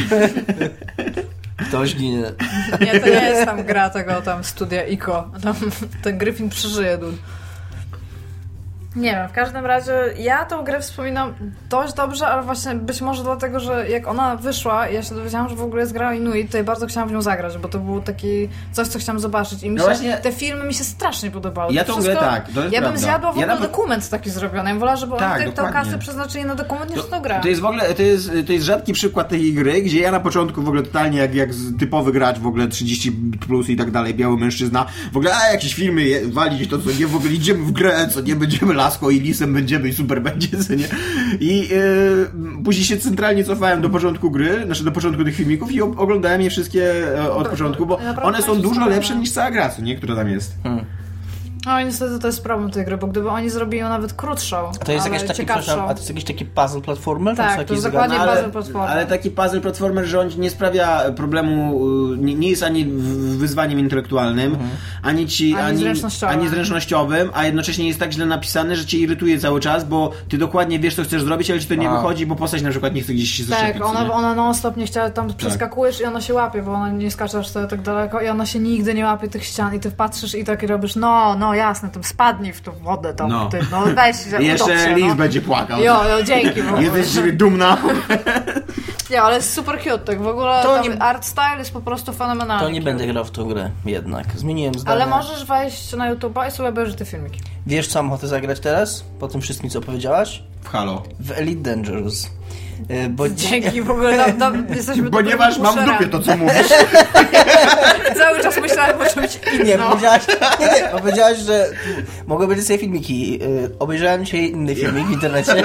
Ktoś ginie. Nie, to nie jest tam gra tego tam studia ICO. Tam ten Gryfin przeżyje, dude. Nie wiem, w każdym razie ja tą grę wspominam dość dobrze, ale właśnie być może dlatego, że jak ona wyszła i ja się dowiedziałam, że w ogóle jest gra Inuit, to ja bardzo chciałam w nią zagrać, bo to było taki coś, co chciałam zobaczyć i mi się, właśnie, te filmy mi się strasznie podobały. Ja tą grę tak, to jest ja prawda. Bym zjadła w ogóle dokument taki zrobiony. Ja wolała, żeby oni tę kasę przeznaczyli na dokument niż tą grę. To jest w ogóle, to jest rzadki przykład tej gry, gdzie ja na początku w ogóle totalnie jak typowy gracz w ogóle 30 plus i tak dalej, biały mężczyzna, w ogóle jakieś filmy walić to, co nie, w ogóle idziemy w grę, co nie będziemy laską i lisem będziemy i super będzie, co nie? I później się centralnie cofałem do początku gry, do początku tych filmików i oglądałem je wszystkie od początku, bo one są dużo lepsze niż cała gra, nie? Która tam jest. No i niestety to jest problem tej gry, bo gdyby oni zrobili ją nawet krótszą, to jest to jest jakiś taki puzzle platformer? Tak, to jest dokładnie puzzle platformer. Ale taki puzzle platformer, że on nie sprawia problemu, nie jest ani wyzwaniem intelektualnym, ani zręcznościowym, a jednocześnie jest tak źle napisany, że cię irytuje cały czas, bo ty dokładnie wiesz, co chcesz zrobić, ale ci to nie wychodzi, bo postać na przykład nie chce gdzieś się zaszczepić. Tak, ona non-stop nie chciała, tam przeskakujesz i ona się łapie, bo ona nie skacze aż tak daleko i ona się nigdy nie łapie tych ścian i ty patrzysz i tak robisz, no jasne, tam spadnij w tą wodę, tam ty, weź się. I jeszcze lis będzie płakał. Jo, dzięki. Jesteś z siebie dumna. Nie, ale jest super cute, tak w ogóle art style jest po prostu fenomenalny. To nie będę grał w tą grę jednak. Zmieniłem zdanie. Ale możesz wejść na YouTube'a i sobie obejrzeć te filmiki. Wiesz, co mam ochotę zagrać teraz? Po tym wszystkim, co powiedziałaś? W Halo. W Elite Dangerous. Dzięki w ogóle, jesteśmy ponieważ mam w dupie to, co mówisz. Cały czas myślałem o czymś innym. Nie, powiedziałaś, że mogę obejrzeć sobie filmiki. Obejrzałem dzisiaj inny filmik w internecie.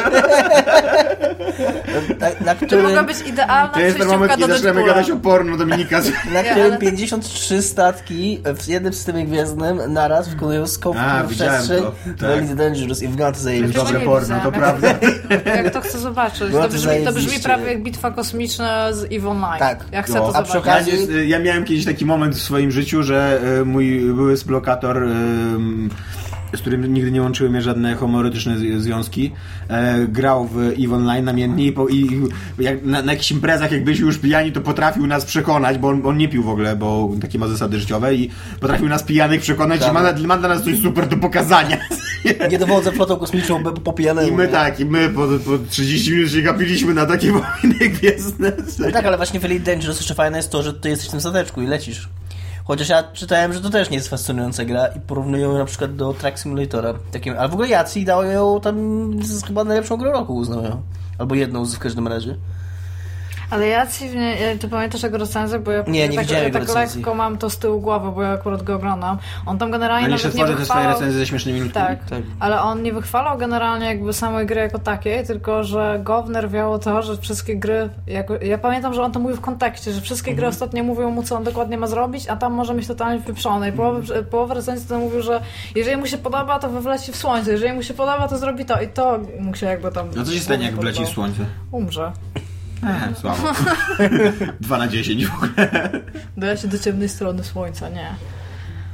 na którym... To mogła być idealna to jest ten moment, kiedy zaczynamy gadać o porno Dominika. Na którym 53 statki w jednym systemie gwiezdnym naraz wykonują skok w przestrzeń w Elite Dangerous i wygląda to zajebiście. Dobre porno, to prawda. Jak to chcę zobaczyć? To brzmi prawie jak bitwa kosmiczna z EVE Online. Tak. Ja chcę to zobaczyć. Ja miałem kiedyś taki moment w swoim życiu, że mój były splokator, z którym nigdy nie łączyły mnie żadne homoerotyczne związki, grał w EVE Online namiętnie i jak na jakichś imprezach, jak byliśmy już pijani, to potrafił nas przekonać, bo on nie pił w ogóle, bo takie ma zasady życiowe i potrafił nas pijanych przekonać, że ma dla nas coś super do pokazania. Nie dowodzę flotą kosmiczną po pijanemu. I my po 30 minut się gapiliśmy na takie wojny gwiezdne. No tak, ale właśnie w Elite Dangerous jeszcze fajne jest to, że ty jesteś w tym stateczku i lecisz. Chociaż ja czytałem, że to też nie jest fascynująca gra i porównują ją na przykład do Truck Simulatora. Ale w ogóle Jacy dało ją tam chyba najlepszą grę roku, uznał ją. Albo jedną w każdym razie. Ale ty pamiętasz jego recenzję? Bo ja nie widziałem tak lekko mam to z tyłu głowy, bo ja akurat go oglądam. On tam generalnie nawet nie wychwalał... te swoje recenzje ze śmiesznymi minutami. Tak, ale on nie wychwalał generalnie jakby samej gry jako takiej, tylko że go wnerwiało to, że wszystkie gry... Ja pamiętam, że on to mówił w kontekście, że wszystkie gry ostatnio mówią mu, co on dokładnie ma zrobić, a tam może mieć totalnie wyprzone. I połowę recenzji to mówił, że jeżeli mu się podoba, to wyleci w słońce. Jeżeli mu się podoba, to zrobi to. I to mu się jakby tam... No co się stanie, jak wleci w słońce? Umrze. Słabo. 2/10 w ogóle. Doja się do ciemnej strony słońca, nie.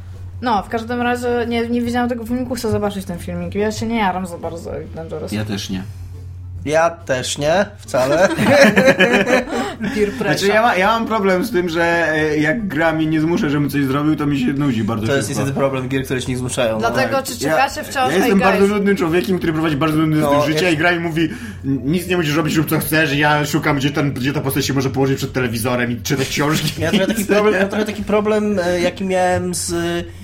No, w każdym razie nie widziałam tego filmiku, chcę zobaczyć ten filmik. Ja się nie jaram za bardzo Elite Dangerous. Ja też nie. Ja też nie, wcale. Znaczy ja mam problem z tym, że jak gra mnie nie zmusza, żebym coś zrobił, to mi się nudzi bardzo szybko. To jest niestety problem gier, które się nie zmuszają. Dlatego czy czekacie wciąż? Ja jestem bardzo nudnym człowiekiem, który prowadzi bardzo nudny styl życia i gra i mówi, nic nie musisz robić, rób co chcesz, ja szukam, gdzie ta postać się może położyć przed telewizorem i czytać książki. Ja trochę taki problem, jaki miałem z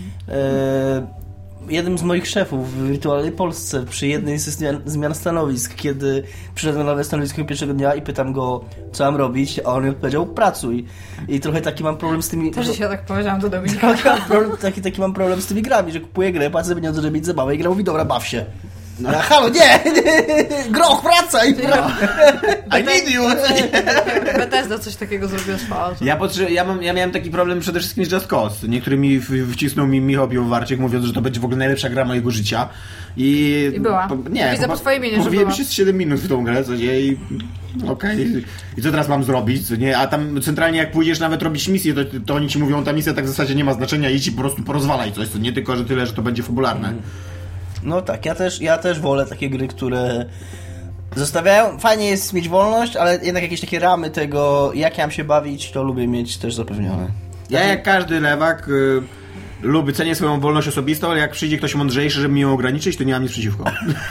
jednym z moich szefów w wirtualnej Polsce przy jednej ze zmian stanowisk, kiedy przyszedłem na nowe stanowisko pierwszego dnia i pytam go, co mam robić, a on mi odpowiedział, pracuj. I trochę taki mam problem z tymi... Też się tak powiedziałam do Dominika. Taki mam problem z tymi grami, że kupuję grę, płacę pieniądze, żeby mieć zabawę i gra mówi, dobra, baw się. No, halo, nie! Groch, wracaj! I need you! Bethesda coś takiego zrobiła z Falloutem. Ja miałem taki problem przede wszystkim z Just Cause. Niektóry wcisnął mi Michał Piwowarczyk, mówiąc, że to będzie w ogóle najlepsza gra mojego życia. I była. Widzę po twojej minie, że bawiłem była. się z 7 minut w tą grę, co nie? I okej. I co teraz mam zrobić, co nie? A tam centralnie jak pójdziesz nawet robić misję, to oni ci mówią, ta misja tak w zasadzie nie ma znaczenia i ci po prostu porozwalaj coś, co nie? Tylko, że tyle, że to będzie fabularne. No tak, ja też wolę takie gry, które zostawiają, fajnie jest mieć wolność, ale jednak jakieś takie ramy tego, jak ja mam się bawić, to lubię mieć też zapewnione. Ja jak każdy lewak cenię swoją wolność osobistą, ale jak przyjdzie ktoś mądrzejszy, żeby mi ją ograniczyć, to nie mam nic przeciwko.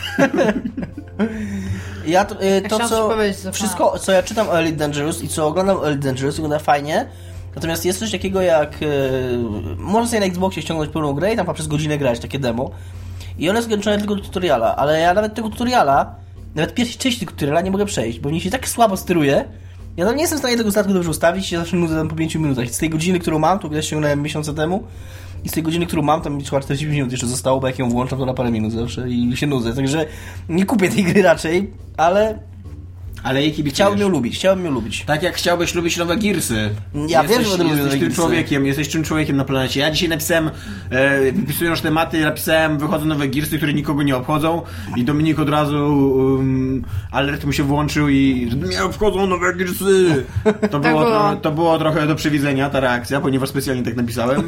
Wszystko, co ja czytam o Elite Dangerous i co oglądam o Elite Dangerous, wygląda fajnie. Natomiast jest coś takiego jak można sobie na Xboxie ściągnąć pełną grę i tam przez godzinę grać, takie demo. I one są ograniczone tylko do tutoriala, ale ja nawet tego tutoriala, nawet pierwszej części tego tutoriala nie mogę przejść, bo mnie się tak słabo steruje. Ja tam nie jestem w stanie tego statku dobrze ustawić, się zawsze nudzę tam po 5 minutach. Z tej godziny, którą mam, to ściągnąłem miesiące temu, i z tej godziny, którą mam, tam mi 40 minut jeszcze zostało, bo jak ją włączam, to na parę minut zawsze i się nudzę. Także nie kupię tej gry raczej, ale chciałbym ją lubić. Tak jak chciałbyś lubić nowe Gearsy. Ja wiem, że jesteś tym człowiekiem na planecie. Ja dzisiaj napisałem, wypisując tematy, napisałem, wychodzą nowe Gearsy, które nikogo nie obchodzą i Dominik od razu alert mu się włączył i mnie obchodzą nowe Gearsy. To było trochę do przewidzenia ta reakcja, ponieważ specjalnie tak napisałem.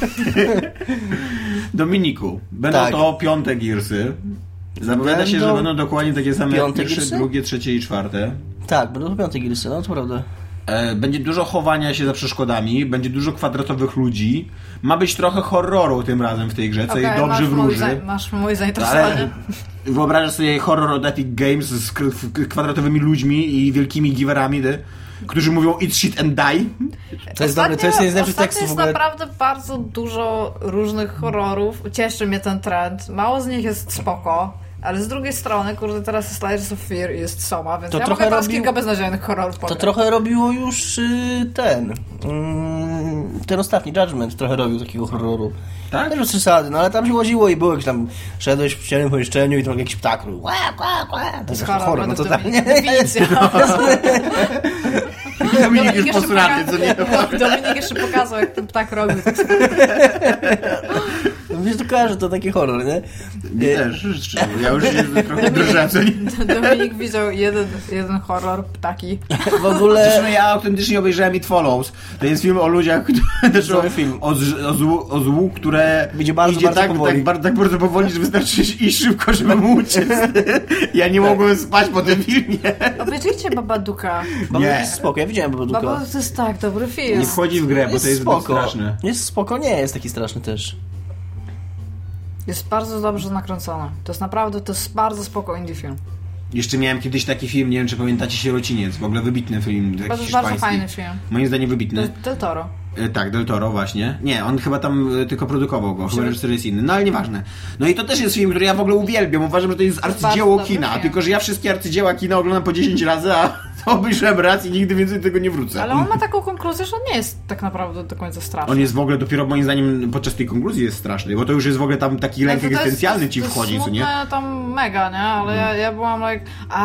Dominiku, będą to 5 Gearsy. Zapowiada się, że będą dokładnie takie same jak pierwsze, drugie, trzecie i czwarte. Tak, będą 5 Gearsy, no to prawda. Będzie dużo chowania się za przeszkodami, będzie dużo kwadratowych ludzi. Ma być trochę horroru tym razem w tej grze, co jej dobrze wróży. Masz moje zainteresowanie. Wyobrażasz sobie horror od Epic Games z kwadratowymi ludźmi i wielkimi giwerami, którzy mówią eat shit and die. To jest dobre, to jest jeden z lepszych tekstów w ogóle. Jest naprawdę bardzo dużo różnych horrorów. Cieszy mnie ten trend. Mało z nich jest spoko. Ale z drugiej strony, kurde, teraz jest Layers of Fear i jest Soma, więc ja mogę teraz kilka beznadziejnych horrorów pograć. To trochę robiło już ten ostatni Judgment trochę robił takiego horroru. Tak? Też bez przesady, no ale tam się łaziło i było, jak tam szedłeś w ciemnym pomieszczeniu i tam jakiś ptak robił. To jest horror, no totalnie. Dominik już posraty, co nie? Dominik jeszcze pokazał, jak ten ptak robił. Wiesz, to kojarzę, to taki horror, nie? Nie też, ja już się trochę drżę, co nie? Dominik widział jeden horror, ptaki. W ogóle... Zresztą ja autentycznie obejrzałem It Follows. To jest film o ludziach, o złu, które idzie bardzo powoli. Tak bardzo powoli, że wystarczy iść szybko, żeby mu uciec. Ja nie mogłem spać po tym filmie. Obejrzyjcie Babadooka. Babadook jest spoko, ja widziałem Babadooka. Babadook to jest tak dobry film. Nie wchodzi w grę, bo to jest zbyt straszne. Jest spoko, nie jest taki straszny też. Jest bardzo dobrze nakręcony. To jest bardzo spoko indie film. Jeszcze miałem kiedyś taki film, nie wiem czy pamiętacie, Sierociniec, w ogóle wybitny film. To jest bardzo fajny film. Moim zdaniem wybitny. Del Toro. Tak, Del Toro właśnie. Nie, on chyba tam tylko produkował go, chyba reżyser jest inny, no ale nieważne. No i to też jest film, który ja w ogóle uwielbiam, uważam, że to jest arcydzieło kina, tylko że ja wszystkie arcydzieła kina oglądam po 10 razy, a to obejrzałem raz i nigdy więcej tego nie wrócę. Ale on ma taką konkluzję, że on nie jest tak naprawdę do końca straszny. On jest w ogóle dopiero moim zdaniem podczas tej konkluzji jest straszny, bo to już jest w ogóle tam taki lęk egzystencjalny ci wchodzi, co nie? To tam mega, nie? Ale ja byłam like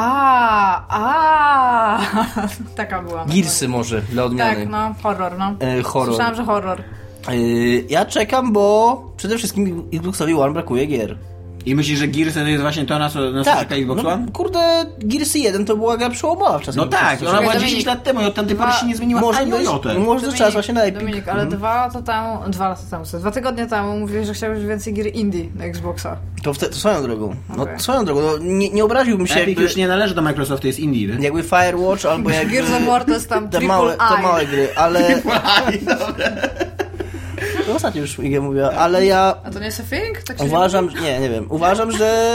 taka byłam. Gearsy może, dla odmiany. Tak, no, horror, no. Horror. Słyszałam, że horror. Ja czekam, bo przede wszystkim Xboxowi One brakuje gier. I myślisz, że Gears to jest właśnie to, na co czeka Xbox One? Kurde, Gears 1 to była gra przełomowa w czasach. No tak, ona była 10 lat temu i od tamtej pory się nie zmieniła ani o jotę. Może to czas właśnie na Epic. Dominik, ale 2 tygodnie temu mówiłeś, że chciałbyś więcej gier indie na Xboxa. To swoją drogą. Swoją drogą. Nie obraziłbym się, Epic już nie należy do Microsoftu, jest indie, nie? Jakby Firewatch albo jakby... Gears of War to jest tam te małe gry, ale... No ostatnio już Igę mówiła, ale ja... A to nie jest a thing? Tak uważam, nie wiem. Uważam, że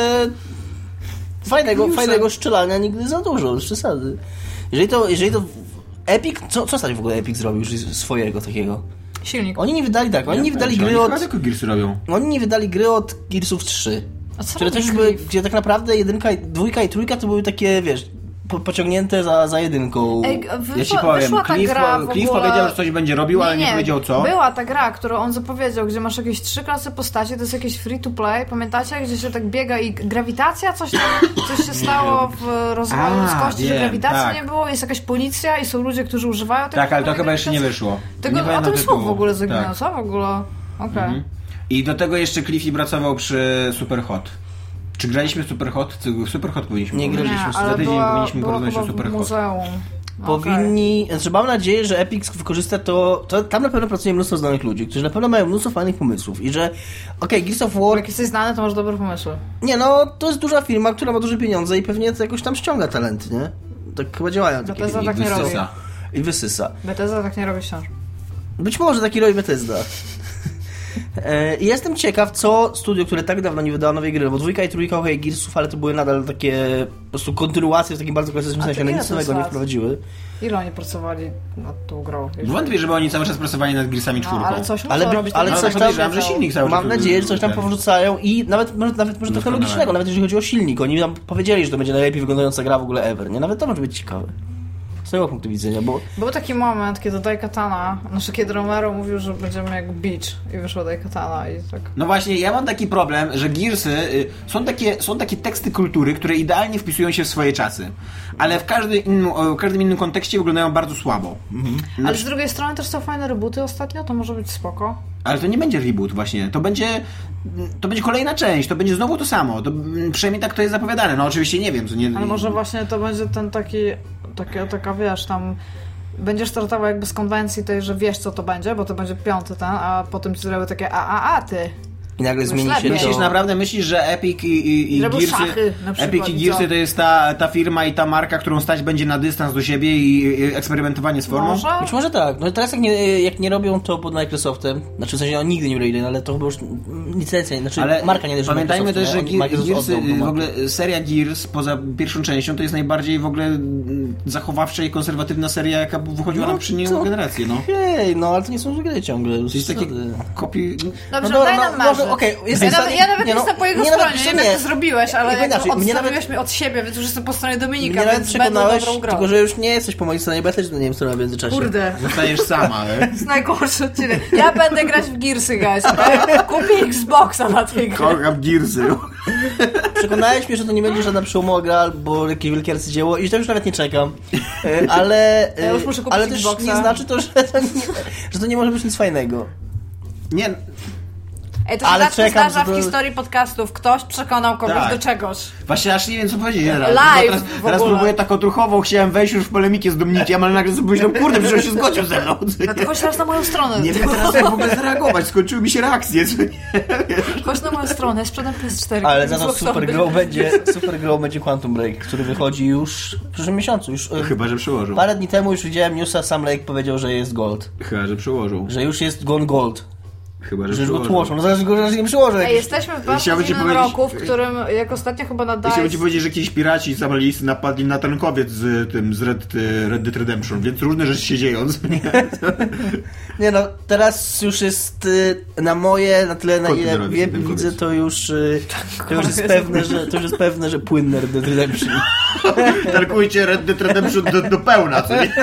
fajnego strzelania nigdy za dużo, z przesady. Jeżeli to Epic... Co ostatnio w ogóle Epic zrobił już swojego takiego? Silnik. Oni nie wydali gry od... Tylko Gears robią. Oni nie wydali gry od Gearsów 3. Które też były, gdzie tak naprawdę 1, 2 i 3 to były takie, wiesz... pociągnięte za jedynką. Ja ci powiem, Cliff powiedział, że coś będzie robił, ale nie powiedział co. Była ta gra, którą on zapowiedział, gdzie masz jakieś 3 klasy postaci, to jest jakieś free to play, pamiętacie? Gdzie się tak biega i grawitacja, coś się stało w rozwoju ludzkości, że grawitacji nie było, jest jakaś policja i są ludzie, którzy używają tego. Tak, ale to chyba jeszcze nie wyszło. A ten słów w ogóle zaginął, co w ogóle? Okej. I do tego jeszcze Cliffy pracował przy Superhot. Czy graliśmy w Superhot? Superhot powinniśmy nie graliśmy. Za tydzień powinniśmy porozmawiać o Superhot. Muzeum. Powinni... Znaczy mam nadzieję, że Epic wykorzysta to... Tam na pewno pracuje mnóstwo znanych ludzi, którzy na pewno mają mnóstwo fajnych pomysłów i że... Gears of War... Jak jesteś znany, to masz dobre pomysły. Nie, no, to jest duża firma, która ma duże pieniądze i pewnie to jakoś tam ściąga talenty, nie? Tak chyba działają. Bethesda tak nie robi. I wysysa. Bethesda tak nie robi wciąż. Być może taki robi Bethesda. I jestem ciekaw, co studio, które tak dawno nie wydało nowej gry, bo 2 i 3 Gearsów, ale to były nadal takie po prostu kontynuacje w takim bardzo klasycznym sensie, ale nic nowego nie wprowadziły. Ile oni pracowali nad tą grą? Wątpię, żeby oni cały czas pracowali nad Gearsami 4. Ale coś muszą robić. Ale coś tam, że silnik cały czas. Mam nadzieję, że coś tam powrzucają i nawet może technologicznego, nawet jeżeli chodzi o silnik. Oni nam powiedzieli, że to będzie najlepiej wyglądająca gra w ogóle ever, nie? Nawet to może być ciekawe. Z tego punktu widzenia, bo... Był taki moment, kiedy Daikatana, kiedy Romero mówił, że będziemy jak Beach i wyszła Daikatana i tak... No właśnie, ja mam taki problem, że Gearsy są takie teksty kultury, które idealnie wpisują się w swoje czasy, ale w każdym innym kontekście wyglądają bardzo słabo. Ale z drugiej strony też są fajne rebooty ostatnio, to może być spoko. Ale to nie będzie reboot właśnie, to będzie kolejna część, to będzie znowu to samo, przynajmniej tak to jest zapowiadane, no oczywiście nie wiem, co nie... Ale może właśnie to będzie ten taka wiesz, tam będziesz startował jakby z konwencji tej, że wiesz co to będzie, bo to będzie 5. a potem ci zrobią takie ty. I nagle zmieni się Naprawdę myślisz, że Epic i Gearsy to jest ta firma i ta marka, którą stać będzie na dystans do siebie i eksperymentowanie z formą? Może? Być może tak. No teraz jak nie robią to pod Microsoftem, znaczy w sensie oni nigdy nie robili, ale to chyba już licencja, znaczy ale marka nie leży. Pamiętajmy też, że Gearsy, w ogóle seria Gears poza pierwszą częścią to jest najbardziej w ogóle zachowawcza i konserwatywna seria, jaka wychodziła na poprzednią generację. No ale to nie są gry ciągle. To jest takie kopii... Dobrze, daj nam marzyć. Ja nawet nie jestem po jego stronie, nie wiem jak to zrobiłeś, ale odstawiłeś mnie od siebie, więc już jestem po stronie Dominika, więc będę dobrą grą. Tylko, że już nie jesteś po mojej stronie, bo ja też nie wiem, co robię w międzyczasie. Kurde. Zostajesz sama, ale... To jest najgorszy odcinek. Ja będę grać w Gearsy, guys. Kupię Xboxa na tej grze. Kocham Gearsy. Przekonałeś mnie, że to nie będzie żadna przełomowa gra, albo jakieś wielkie arcydzieło i że to już nawet nie czekam. Ale, ja już muszę kupić ale też Xboxa. Nie znaczy to, że to nie może być nic fajnego. Nie... To się zdarza w historii podcastów. Ktoś przekonał kogoś do czegoś. Właśnie aż nie wiem, co powiedzieć. Live teraz próbuję tak odruchowo, chciałem wejść już w polemikę z Dominikiem, ale nagle sobie pomyślałem, kurde, przecież się zgodził ze mną. Chodź teraz na moją stronę. Nie wiem teraz jak w ogóle zareagować, skończyły mi się reakcje. Chodź na moją stronę, sprzedam PS4. Ale za to super grą będzie Quantum Break, który wychodzi już w przyszłym miesiącu. Chyba, że przełożył. Parę dni temu już widziałem newsa, Sam Lake powiedział, że jest gold. Chyba, że przełożył. Że już jest gone gold. Chyba, że go tłoczą. No zaraz go nie przyłożę. Jesteśmy w bardzo innym roku, w którym jak ostatnio chyba na DICE... Chciałbym ci powiedzieć, że jakieś piraci zabrali napadli na tankowiec z Red Dead Redemption, więc różne rzeczy się dzieją. Nie no, teraz już jest na tyle na ile widzę, to już jest pewne, że płynne Red Dead Redemption. Tankujcie Red Dead Redemption do pełna, co nie?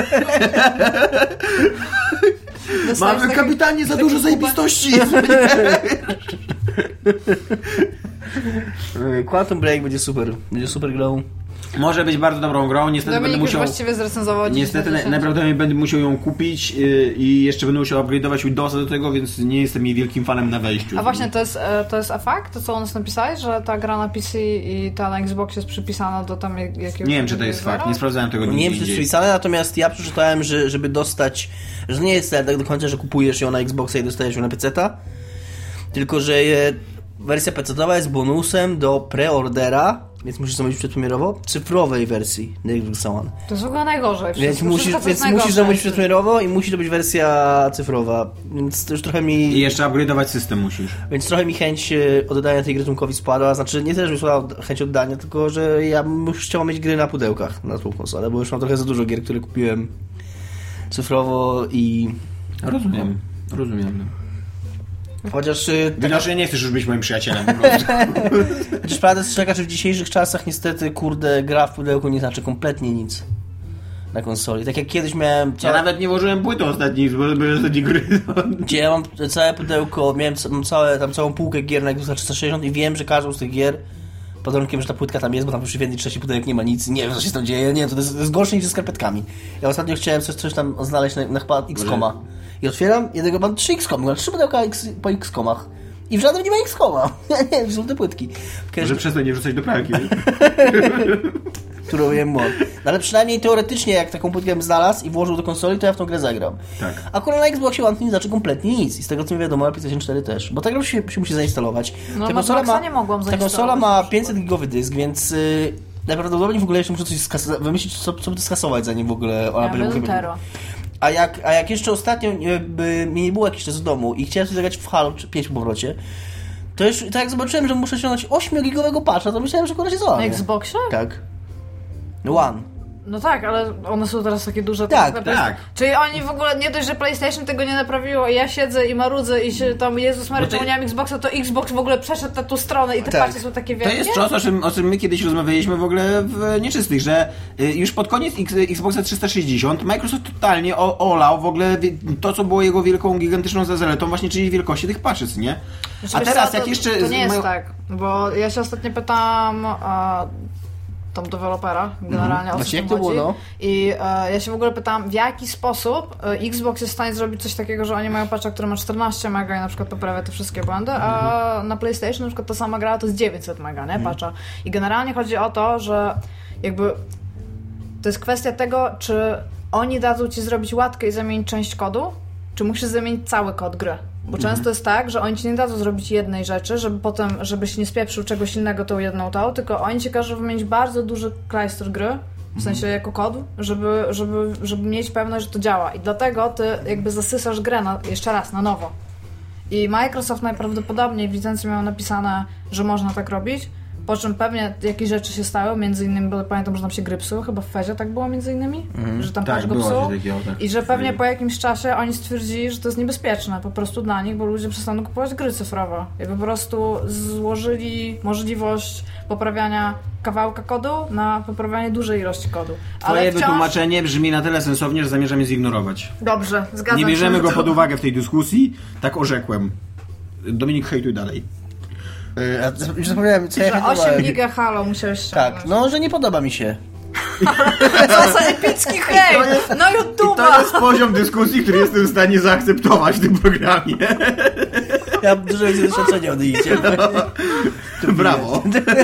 Mamy kapitanie za dużo zajebistości. Quantum Break będzie super grą. Może być bardzo dobrą grą, niestety będę musiał... właściwie zrecenzował. Niestety najprawdopodobniej będę musiał ją kupić i jeszcze będę musiał upgrade'ować Windowsa do tego, więc nie jestem jej wielkim fanem na wejściu. A właśnie, to jest efekt? To co u nas napisałeś, że ta gra na PC i ta na Xbox jest przypisana do tam jakiegoś... Nie wiem, czy to jest fakt, nie sprawdzałem tego nigdzie. Nie wiem, czy to jest przypisane, natomiast ja przeczytałem, że żeby dostać... że nie jest tak do końca, że kupujesz ją na Xboxa i dostajesz ją na PC-ta, tylko że wersja PC-towa jest bonusem do preordera, więc musisz zamówić przedpremierowo, cyfrowej wersji na Xbox One. To jest w ogóle najgorzej. Więc musisz zamówić przedpremierowo i musi to być wersja cyfrowa, więc to już trochę mi... I jeszcze upgrade'ować system musisz. Więc trochę mi chęć oddania tej gry Tomkowi spadła, znaczy nie tyle, że mi spadła chęć oddania, tylko że ja już chciałem mieć gry na pudełkach na tą konsolę, bo już mam trochę za dużo gier, które kupiłem cyfrowo i... Rozumiem. Chociaż... Widocznie nie chcesz już być moim przyjacielem po prostu. Chociaż prawda jest taka, że w dzisiejszych czasach niestety, gra w pudełku nie znaczy kompletnie nic na konsoli. Tak jak kiedyś miałem... Ja nawet nie włożyłem płyty ostatniej, bo były ostatnie gry. Gdzie ja mam całe pudełko, miałem całą półkę gier na Xboxa 360 i wiem, że każdą z tych gier pod warunkiem, że ta płytka tam jest, bo tam przy jednej trzeciej pudełek nie ma nic, nie wiem, co się tam dzieje, nie wiem, to jest gorsze niż ze skarpetkami. Ja ostatnio chciałem coś tam znaleźć na chyba X-Koma. I otwieram, jednego mam 3 X-komy, mam 3 pudełka po X-komach. I w żadnym nie ma X-koma. Ja nie wiem, są te płytki. Może przestań nie wrzucać do pralki. Którą jem mod. No ale przynajmniej teoretycznie, jak taką płytkę bym znalazł i włożył do konsoli, to ja w tą grę zagram. Tak. Akurat na Xboxie One to nie znaczy kompletnie nic. I z tego co mi wiadomo, na PlayStation 4 też. Bo ta gra się musi zainstalować. No ta konsola ma 500 gigowy dysk, więc... najprawdopodobniej w ogóle jeszcze muszę coś wymyślić, co by to skasować, zanim w ogóle ona będzie... A jak jeszcze ostatnio mnie nie było jakiś czas w domu i chciałem sobie zagrać w Halo 5 po powrocie, to już tak jak zobaczyłem, że muszę ściągnąć 8-gigowego patcha, to myślałem, że akurat się załamie. Na Xboxie? Tak. One. No tak, ale one są teraz takie duże. Tak. Czyli oni w ogóle, nie dość, że PlayStation tego nie naprawiło i ja siedzę i marudzę i się tam, Jezus Maria, czemu nie mam Xboxa, to Xbox w ogóle przeszedł na tą stronę i te patche są takie wielkie. To jest coś, o czym my kiedyś rozmawialiśmy w ogóle w Nieczystych, że już pod koniec Xboxa 360 Microsoft totalnie olał w ogóle to, co było jego wielką, gigantyczną zaletą właśnie, czyli wielkości tych patches, nie? A teraz jak jeszcze... To nie jest tak, bo ja się ostatnio pytałam... tam dewelopera, generalnie o co jak to było, no? I ja się w ogóle pytałam, w jaki sposób Xbox jest w stanie zrobić coś takiego, że oni mają patcha, który ma 14 mega i na przykład poprawia te wszystkie błędy, a na PlayStation na przykład ta sama gra to jest 900 mega, nie? Patcha. I generalnie chodzi o to, że jakby to jest kwestia tego, czy oni dadzą ci zrobić łatkę i zamienić część kodu, czy musisz zamienić cały kod gry. Bo często jest tak, że oni ci nie dadzą zrobić jednej rzeczy, żeby potem, żebyś nie spieprzył czegoś innego tą jedną tylko oni ci każą wymienić bardzo duży klejster gry, w sensie jako kod, żeby mieć pewność, że to działa. I dlatego ty jakby zasysasz grę jeszcze raz, na nowo. I Microsoft najprawdopodobniej w licencji miał napisane, że można tak robić, po czym pewnie jakieś rzeczy się stały, między innymi, bo pamiętam, że tam się gry psuły, chyba w Fezie tak było między innymi, że tam patch go psuł i że pewnie po jakimś czasie oni stwierdzili, że to jest niebezpieczne po prostu dla nich, bo ludzie przestaną kupować gry cyfrowe i po prostu złożyli możliwość poprawiania kawałka kodu na poprawianie dużej ilości kodu. Twoje wytłumaczenie brzmi na tyle sensownie, że zamierzam je zignorować. Dobrze, zgadzam się. Nie bierzemy go pod uwagę w tej dyskusji, tak orzekłem. Dominik, hejtuj dalej. Już zapomniałem, co ja 8 giga Halo musiałeś ściągnąć. Tak, no, że nie podoba mi się. Co za epicki hejt! No YouTube'a! To jest poziom dyskusji, który jestem w stanie zaakceptować w tym programie. Ja mam dużo więcej doświadczenia od idzie. Brawo.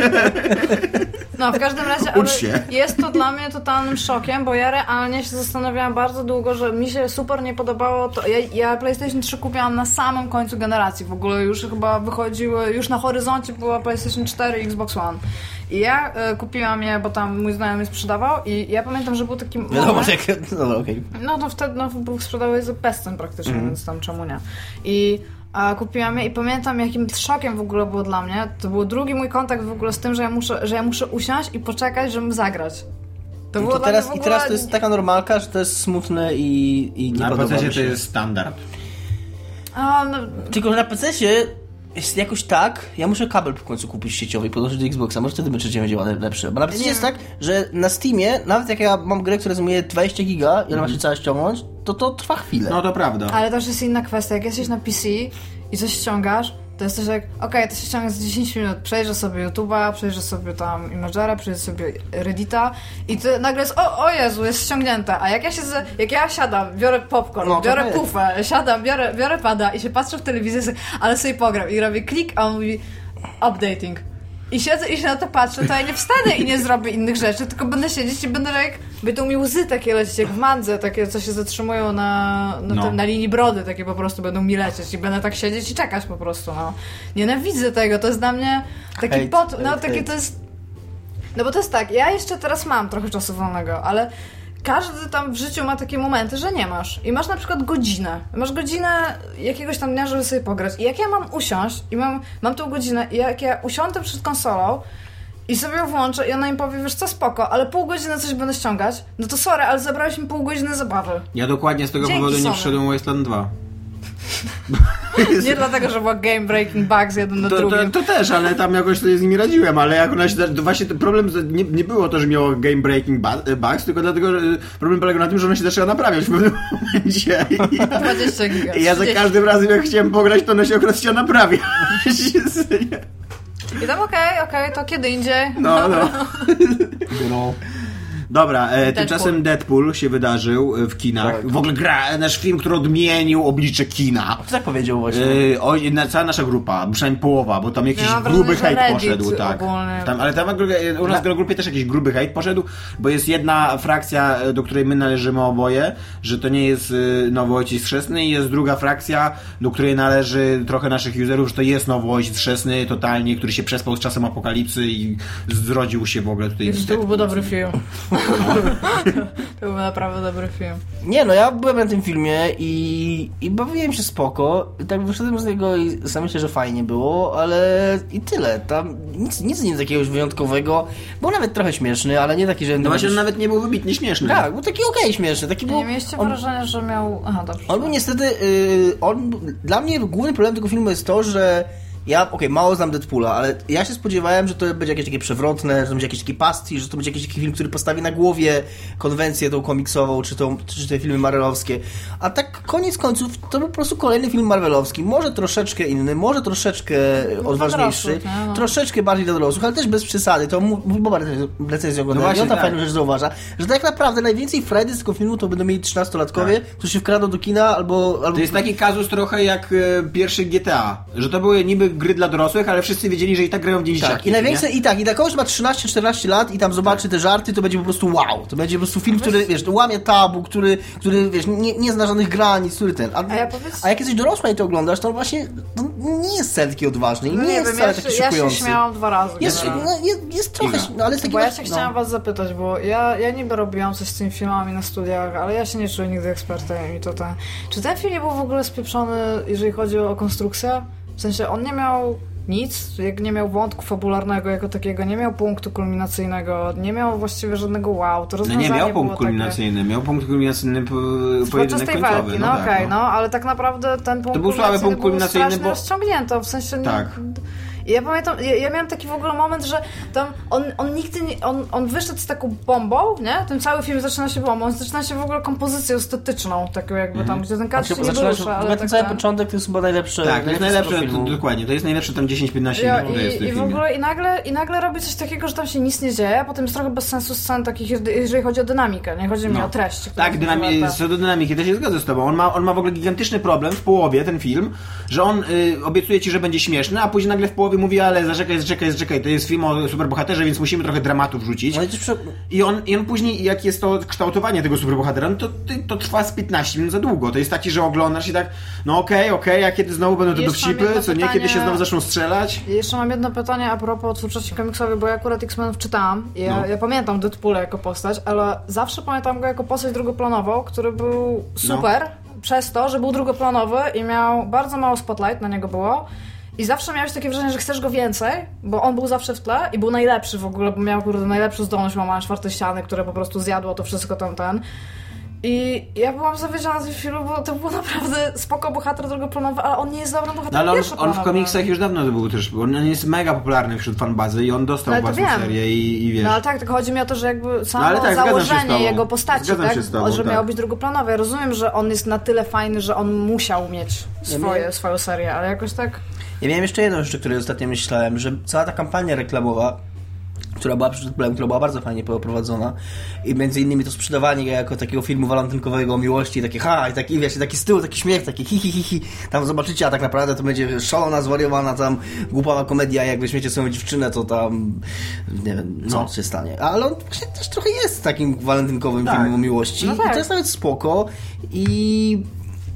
No, w każdym razie jest to dla mnie totalnym szokiem, bo ja realnie się zastanawiałam bardzo długo, że mi się super nie podobało to. Ja PlayStation 3 kupiłam na samym końcu generacji. W ogóle już chyba wychodziły, już na horyzoncie była PlayStation 4 i Xbox One. I ja kupiłam je, bo tam mój znajomy sprzedawał i ja pamiętam, że był taki moment... No, okej. No to wtedy sprzedawał je za bezcen praktycznie, więc tam czemu nie. I kupiłam je i pamiętam, jakim szokiem w ogóle było dla mnie. To był drugi mój kontakt w ogóle z tym, że ja muszę usiąść i poczekać, żeby zagrać. To było teraz, ogóle... I teraz to jest taka normalka, że to jest smutne i nie podoba mi się. Na PC to jest standard. Tylko, że na PC-cie jest jakoś tak, ja muszę kabel w końcu kupić sieciowy i podłączyć do Xboxa, może wtedy będzie lepsze. Bo na PC jest tak, że na Steamie, nawet jak ja mam grę, która zajmuje 20 giga i ona ma się cała ściągnąć, to trwa chwilę. No to prawda. Ale też jest inna kwestia, jak jesteś na PC i coś ściągasz, To jest też jak, okej, to się ściągnie z 10 minut, przejrzę sobie YouTube'a, przejrzę sobie tam Imagera, przejrzę sobie Reddita i to nagle jest, o Jezu, jest ściągnięte, a jak ja siadam, biorę popcorn, biorę pufę, siadam, biorę pada i się patrzę w telewizję, ale sobie pogram i robię klik, a on mówi updating. I siedzę i się na to patrzę, to ja nie wstanę i nie zrobię innych rzeczy, tylko będę siedzieć i będę jak, będą mi łzy takie lecieć, jak w mandze, takie, co się zatrzymują na linii brody, takie po prostu będą mi lecieć i będę tak siedzieć i czekać po prostu, no. Nienawidzę tego, to jest dla mnie taki to jest... No bo to jest tak, ja jeszcze teraz mam trochę czasu wolnego, ale każdy tam w życiu ma takie momenty, że nie masz. I masz na przykład godzinę. Masz godzinę jakiegoś tam dnia, żeby sobie pograć. I jak ja mam usiąść i mam tą godzinę i jak ja usiądę przed konsolą i sobie ją włączę i ona im powie, wiesz co, spoko, ale pół godziny coś będę ściągać, no to sorry, ale zabrałeś mi pół godziny zabawy. Ja dokładnie z tego powodu nie wszedłem Wasteland 2. Nie dlatego, że była game breaking bugs jeden na drugim. To też, ale tam jakoś sobie z nimi radziłem, ale jak ona się... Właśnie problem nie było to, że miało game breaking bugs, tylko dlatego, że problem polegał na tym, że ona się zaczęła naprawiać w pewnym momencie. 20 giga. I ja za każdym razem, jak chciałem pograć, to ona się akurat chciała naprawiać. I tam okej, to kiedy indziej. No. Dobra, tymczasem Deadpool się wydarzył w kinach. Tak. W ogóle nasz film, który odmienił oblicze kina. Co tak powiedział właśnie? Cała nasza grupa, przynajmniej połowa, bo tam jakiś gruby hejt poszedł. Tak. Ale tam u nas w grupie też jakiś gruby hejt poszedł, bo jest jedna frakcja, do której my należymy oboje, że to nie jest nowy Ojciec Chrzestny, i jest druga frakcja, do której należy trochę naszych userów, że to jest nowy Ojciec Chrzestny totalnie, który się przespał z czasem apokalipsy i zrodził się w ogóle tutaj. To byłby dobry film. To był naprawdę dobry film. Nie, no ja byłem na tym filmie i bawiłem się spoko. I tak wyszedłem z niego i sam myślę, że fajnie było, ale i tyle. Tam nic nie jakiegoś wyjątkowego. Był nawet trochę śmieszny, ale nie taki, że... No właśnie, on nawet nie był wybitnie śmieszny. Tak, był taki śmieszny. Taki nie mieliście wrażenia, że miał... Aha, dobrze. On był niestety... Dla mnie główny problem tego filmu jest to, że ja, mało znam Deadpoola, ale ja się spodziewałem, że to będzie jakieś takie przewrotne, że to będzie jakiś taki pastisz, że to będzie jakiś taki film, który postawi na głowie konwencję tą komiksową, czy te filmy marvelowskie. A tak koniec końców to był po prostu kolejny film marvelowski. Może troszeczkę inny, może troszeczkę odważniejszy, troszeczkę bardziej dla dorosłych, ale też bez przesady. To mój Boba recenzję oglądał i on tam fajną rzecz zauważa, że tak naprawdę najwięcej frajdy z tego filmu to będą mieli 13-latkowie, którzy się wkradą do kina albo... To jest taki kazus trochę jak pierwszy GTA, że to były niby gry dla dorosłych, ale wszyscy wiedzieli, że i tak grają w dzieciaki. Tak, i największe, i dla kogoś ma 13-14 lat i tam zobaczy te żarty, to będzie po prostu wow. To będzie po prostu film, który, wiesz, łamie tabu, który wiesz, nie zna żadnych granic, który ten. A jak jesteś dorosła i to oglądasz, to właśnie nie jest wcale taki odważny i nie jest wcale taki szokujący. Ja się śmiałam 2 razy. Jest trochę, ale bo ja się chciałam was zapytać, bo ja niby robiłam coś z tymi filmami na studiach, ale ja się nie czuję nigdy ekspertem i to ten. Czy ten film nie był w ogóle spieprzony, jeżeli chodzi o konstrukcję? W sensie on nie miał nic, nie miał wątku fabularnego jako takiego, nie miał punktu kulminacyjnego, nie miał właściwie żadnego wow. To nie miał punkt kulminacyjny, takie... miał punkt kulminacyjny pojedynek końcowy. Ale tak naprawdę ten punkt to był słaby punkt kulminacyjny, bo rozciągnięto, w sensie tak. Ja pamiętam, ja miałam taki w ogóle moment, że tam on nigdy nie, on wyszedł z taką bombą, nie? Ten cały film zaczyna się bombą, on zaczyna się w ogóle kompozycją estetyczną, taką jakby tam, gdzie ten kadr się nie rusza, ale ten cały początek to jest chyba najlepszy. Tak, to jest najlepsze, dokładnie, to jest najlepsze tam 10-15 minut jest w tym I w ogóle i nagle robi coś takiego, że tam się nic nie dzieje, a potem jest trochę bez sensu scen takich, jeżeli chodzi o dynamikę, nie chodzi mi o treść. Tak, co do dynamiki, to się zgodzę z tobą. On ma w ogóle gigantyczny problem w połowie, ten film, że on obiecuje ci, że będzie śmieszny, a później nagle w połowie mówi, ale zaczekaj, to jest film o superbohaterze, więc musimy trochę dramatu wrzucić. I on później, jak jest to kształtowanie tego superbohatera, no to trwa z 15 minut za długo. To jest taki, że oglądasz i tak, no okej, a kiedy znowu będą te dowcipy, co nie, kiedy się znowu zaczną strzelać? Jeszcze mam jedno pytanie a propos twórczości komiksowej, bo ja akurat X-Menów czytałam i ja pamiętam Deadpoola jako postać, ale zawsze pamiętam go jako postać drugoplanową, który był super przez to, że był drugoplanowy i miał bardzo mało spotlight, na niego było. I zawsze miałeś takie wrażenie, że chcesz go więcej, bo on był zawsze w tle i był najlepszy w ogóle, bo miał najlepszą zdolność łamania 4 ściany, które po prostu zjadło to wszystko tamten. I ja byłam zawiedziona z tym filmu, bo to był naprawdę spoko bohater drugoplanowy, ale on nie jest dobrym bohaterem pierwszoplanowy. Ale on w komiksach już dawno był też, bo on jest mega popularny wśród fanbazy i on dostał własną serię i wiesz. No ale tak, tylko chodzi mi o to, że jakby samo założenie jego postaci, że miał być drugoplanowy. Ja rozumiem, że on jest na tyle fajny, że on musiał mieć swoją serię, ale jakoś tak... Ja miałem jeszcze jedną rzecz, o której ostatnio myślałem, że cała ta kampania reklamowa, która była bardzo fajnie poprowadzona i między innymi to sprzedawanie jako takiego filmu walentynkowego o miłości, takie i taki, wiesz, taki z tyłu, taki śmiech, taki hi, tam zobaczycie, a tak naprawdę to będzie szalona, zwariowana tam głupawa komedia, jak weźmiecie swoją dziewczynę, to tam nie wiem, co się stanie. Ale on właśnie też trochę jest takim walentynkowym filmem o miłości i to jest nawet spoko i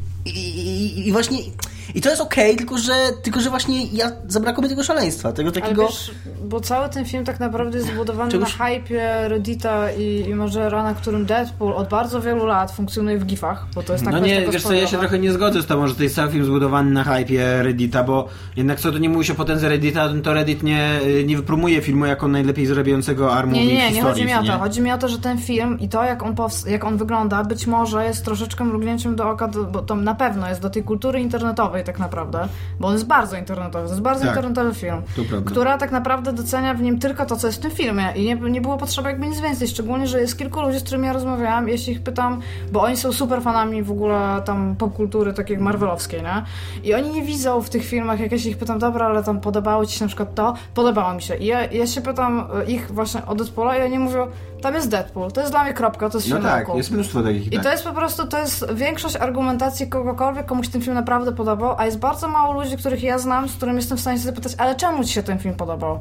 właśnie... I to jest okej, tylko że właśnie zabrakło mi tego szaleństwa, tego takiego... Ale wiesz, bo cały ten film tak naprawdę jest zbudowany na hype'ie Reddita i Majora, na którym Deadpool od bardzo wielu lat funkcjonuje w gifach, bo to jest tak. No nie, wiesz co, ja się trochę nie zgodzę z tobą, że to jest cały film zbudowany na hype'ie Reddita, bo jednak co, to nie mówi się o potędze Reddita, to Reddit nie wypromuje filmu jako najlepiej zarabiającego armowy w historii. Nie chodzi mi o to. Chodzi mi o to, że ten film i to, jak on wygląda, być może jest troszeczkę mrugnięciem do oka, bo to na pewno jest do tej kultury internetowej tak naprawdę, bo on jest bardzo internetowy, to jest bardzo internetowy film, która tak naprawdę docenia w nim tylko to, co jest w tym filmie i nie było potrzeby jakby nic więcej, szczególnie, że jest kilku ludzi, z którymi ja rozmawiałam, jeśli ich pytam, bo oni są super fanami w ogóle tam popkultury takiej marvelowskiej, nie? I oni nie widzą w tych filmach, jak ja się ich pytam, dobra, ale tam podobało ci się na przykład to, podobało mi się. I ja się pytam ich właśnie o Deadpoola i oni mówią, tam jest Deadpool, to jest dla mnie kropka, to jest film roku. Jest mnóstwo takich. I to jest po prostu, to jest większość argumentacji kogokolwiek, komuś ten film naprawdę podobał, a jest bardzo mało ludzi, których ja znam, z którymi jestem w stanie się zapytać, ale czemu ci się ten film podobał?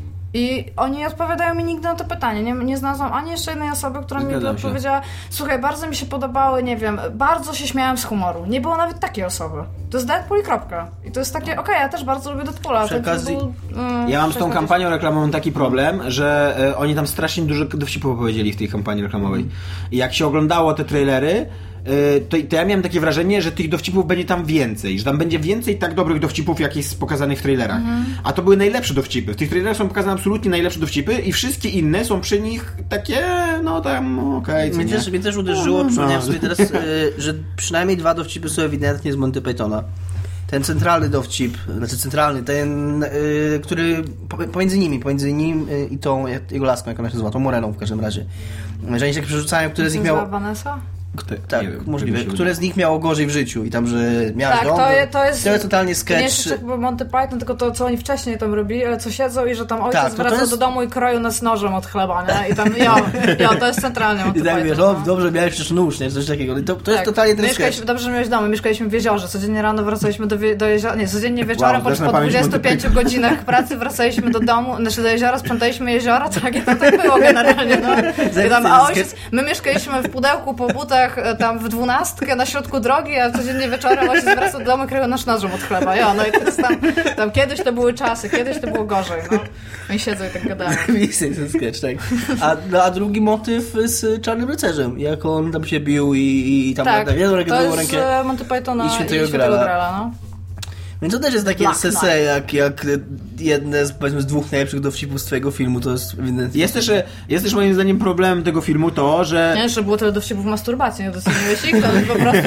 I oni nie odpowiadają mi nigdy na to pytanie. Nie znalazłam ani jeszcze jednej osoby, która mi odpowiedziała, słuchaj, bardzo mi się podobały, nie wiem, bardzo się śmiałem z humoru. Nie było nawet takiej osoby. To jest Deadpool i kropka. I to jest takie, ja też bardzo lubię Deadpoola. Ja mam z tą kampanią reklamową taki problem, że oni tam strasznie dużo dowcipów opowiedzieli w tej kampanii reklamowej. I jak się oglądało te trailery, to ja miałem takie wrażenie, że tych dowcipów będzie tam więcej, że tam będzie więcej tak dobrych dowcipów, jak jest pokazanych w trailerach. A to były najlepsze dowcipy. W tych trailerach są pokazane absolutnie najlepsze dowcipy i wszystkie inne są przy nich takie, no tam okej. Mnie też uderzyło, przypomniałem sobie teraz, że przynajmniej 2 dowcipy są ewidentnie z Monty Pythona. Ten centralny dowcip, ten, który pomiędzy nim i tą jego laską, jak ona się nazywa, tą Moreną w każdym razie. Że oni się przerzucają, które z nich miało... Vanessa? Tak, możliwe. Które z nich miało gorzej w życiu i tam, że miałeś dom, to jest totalnie sketch. Nie jest jakby Monty Python, tylko to, co oni wcześniej tam robili, ale co siedzą i że tam ojciec wraca do domu i kroił nas nożem od chleba, nie? I tam, to jest centralnie Monty Python. I tak wiesz, dobrze, miałeś też nóż, nie? Coś takiego. To jest totalnie ten sketch. Dobrze, że miałeś dom, mieszkaliśmy w jeziorze, codziennie rano wracaliśmy do jeziora, nie, codziennie wieczorem, po 25 godzinach pracy wracaliśmy do domu, do jeziora, sprzątaliśmy jeziora, tak, i to tak było generalnie, no. A ojciec, my mieszkaliśmy w pudełku po butach, tam w 12 na środku drogi, a codziennie wieczorem właśnie wraca do domu, kryją nasz nożem od chleba. No i to jest tam kiedyś to były czasy, kiedyś to było gorzej, no. I siedzą i tak gadają. Ten sketch, tak. A drugi motyw z Czarnym Rycerzem, jak on tam się bił i tam jedną rękę, drugą rękę. To jest Monty Pythona i Świętego Grala, no. Więc to też jest takie sese, jak jedne z 2 najlepszych dowcipów z twojego filmu, to jest ewidentnie. Jest też moim zdaniem problemem tego filmu to, że... Nie, że było tyle dowcipów masturbacji, nie doceniłeś ich, to po prostu...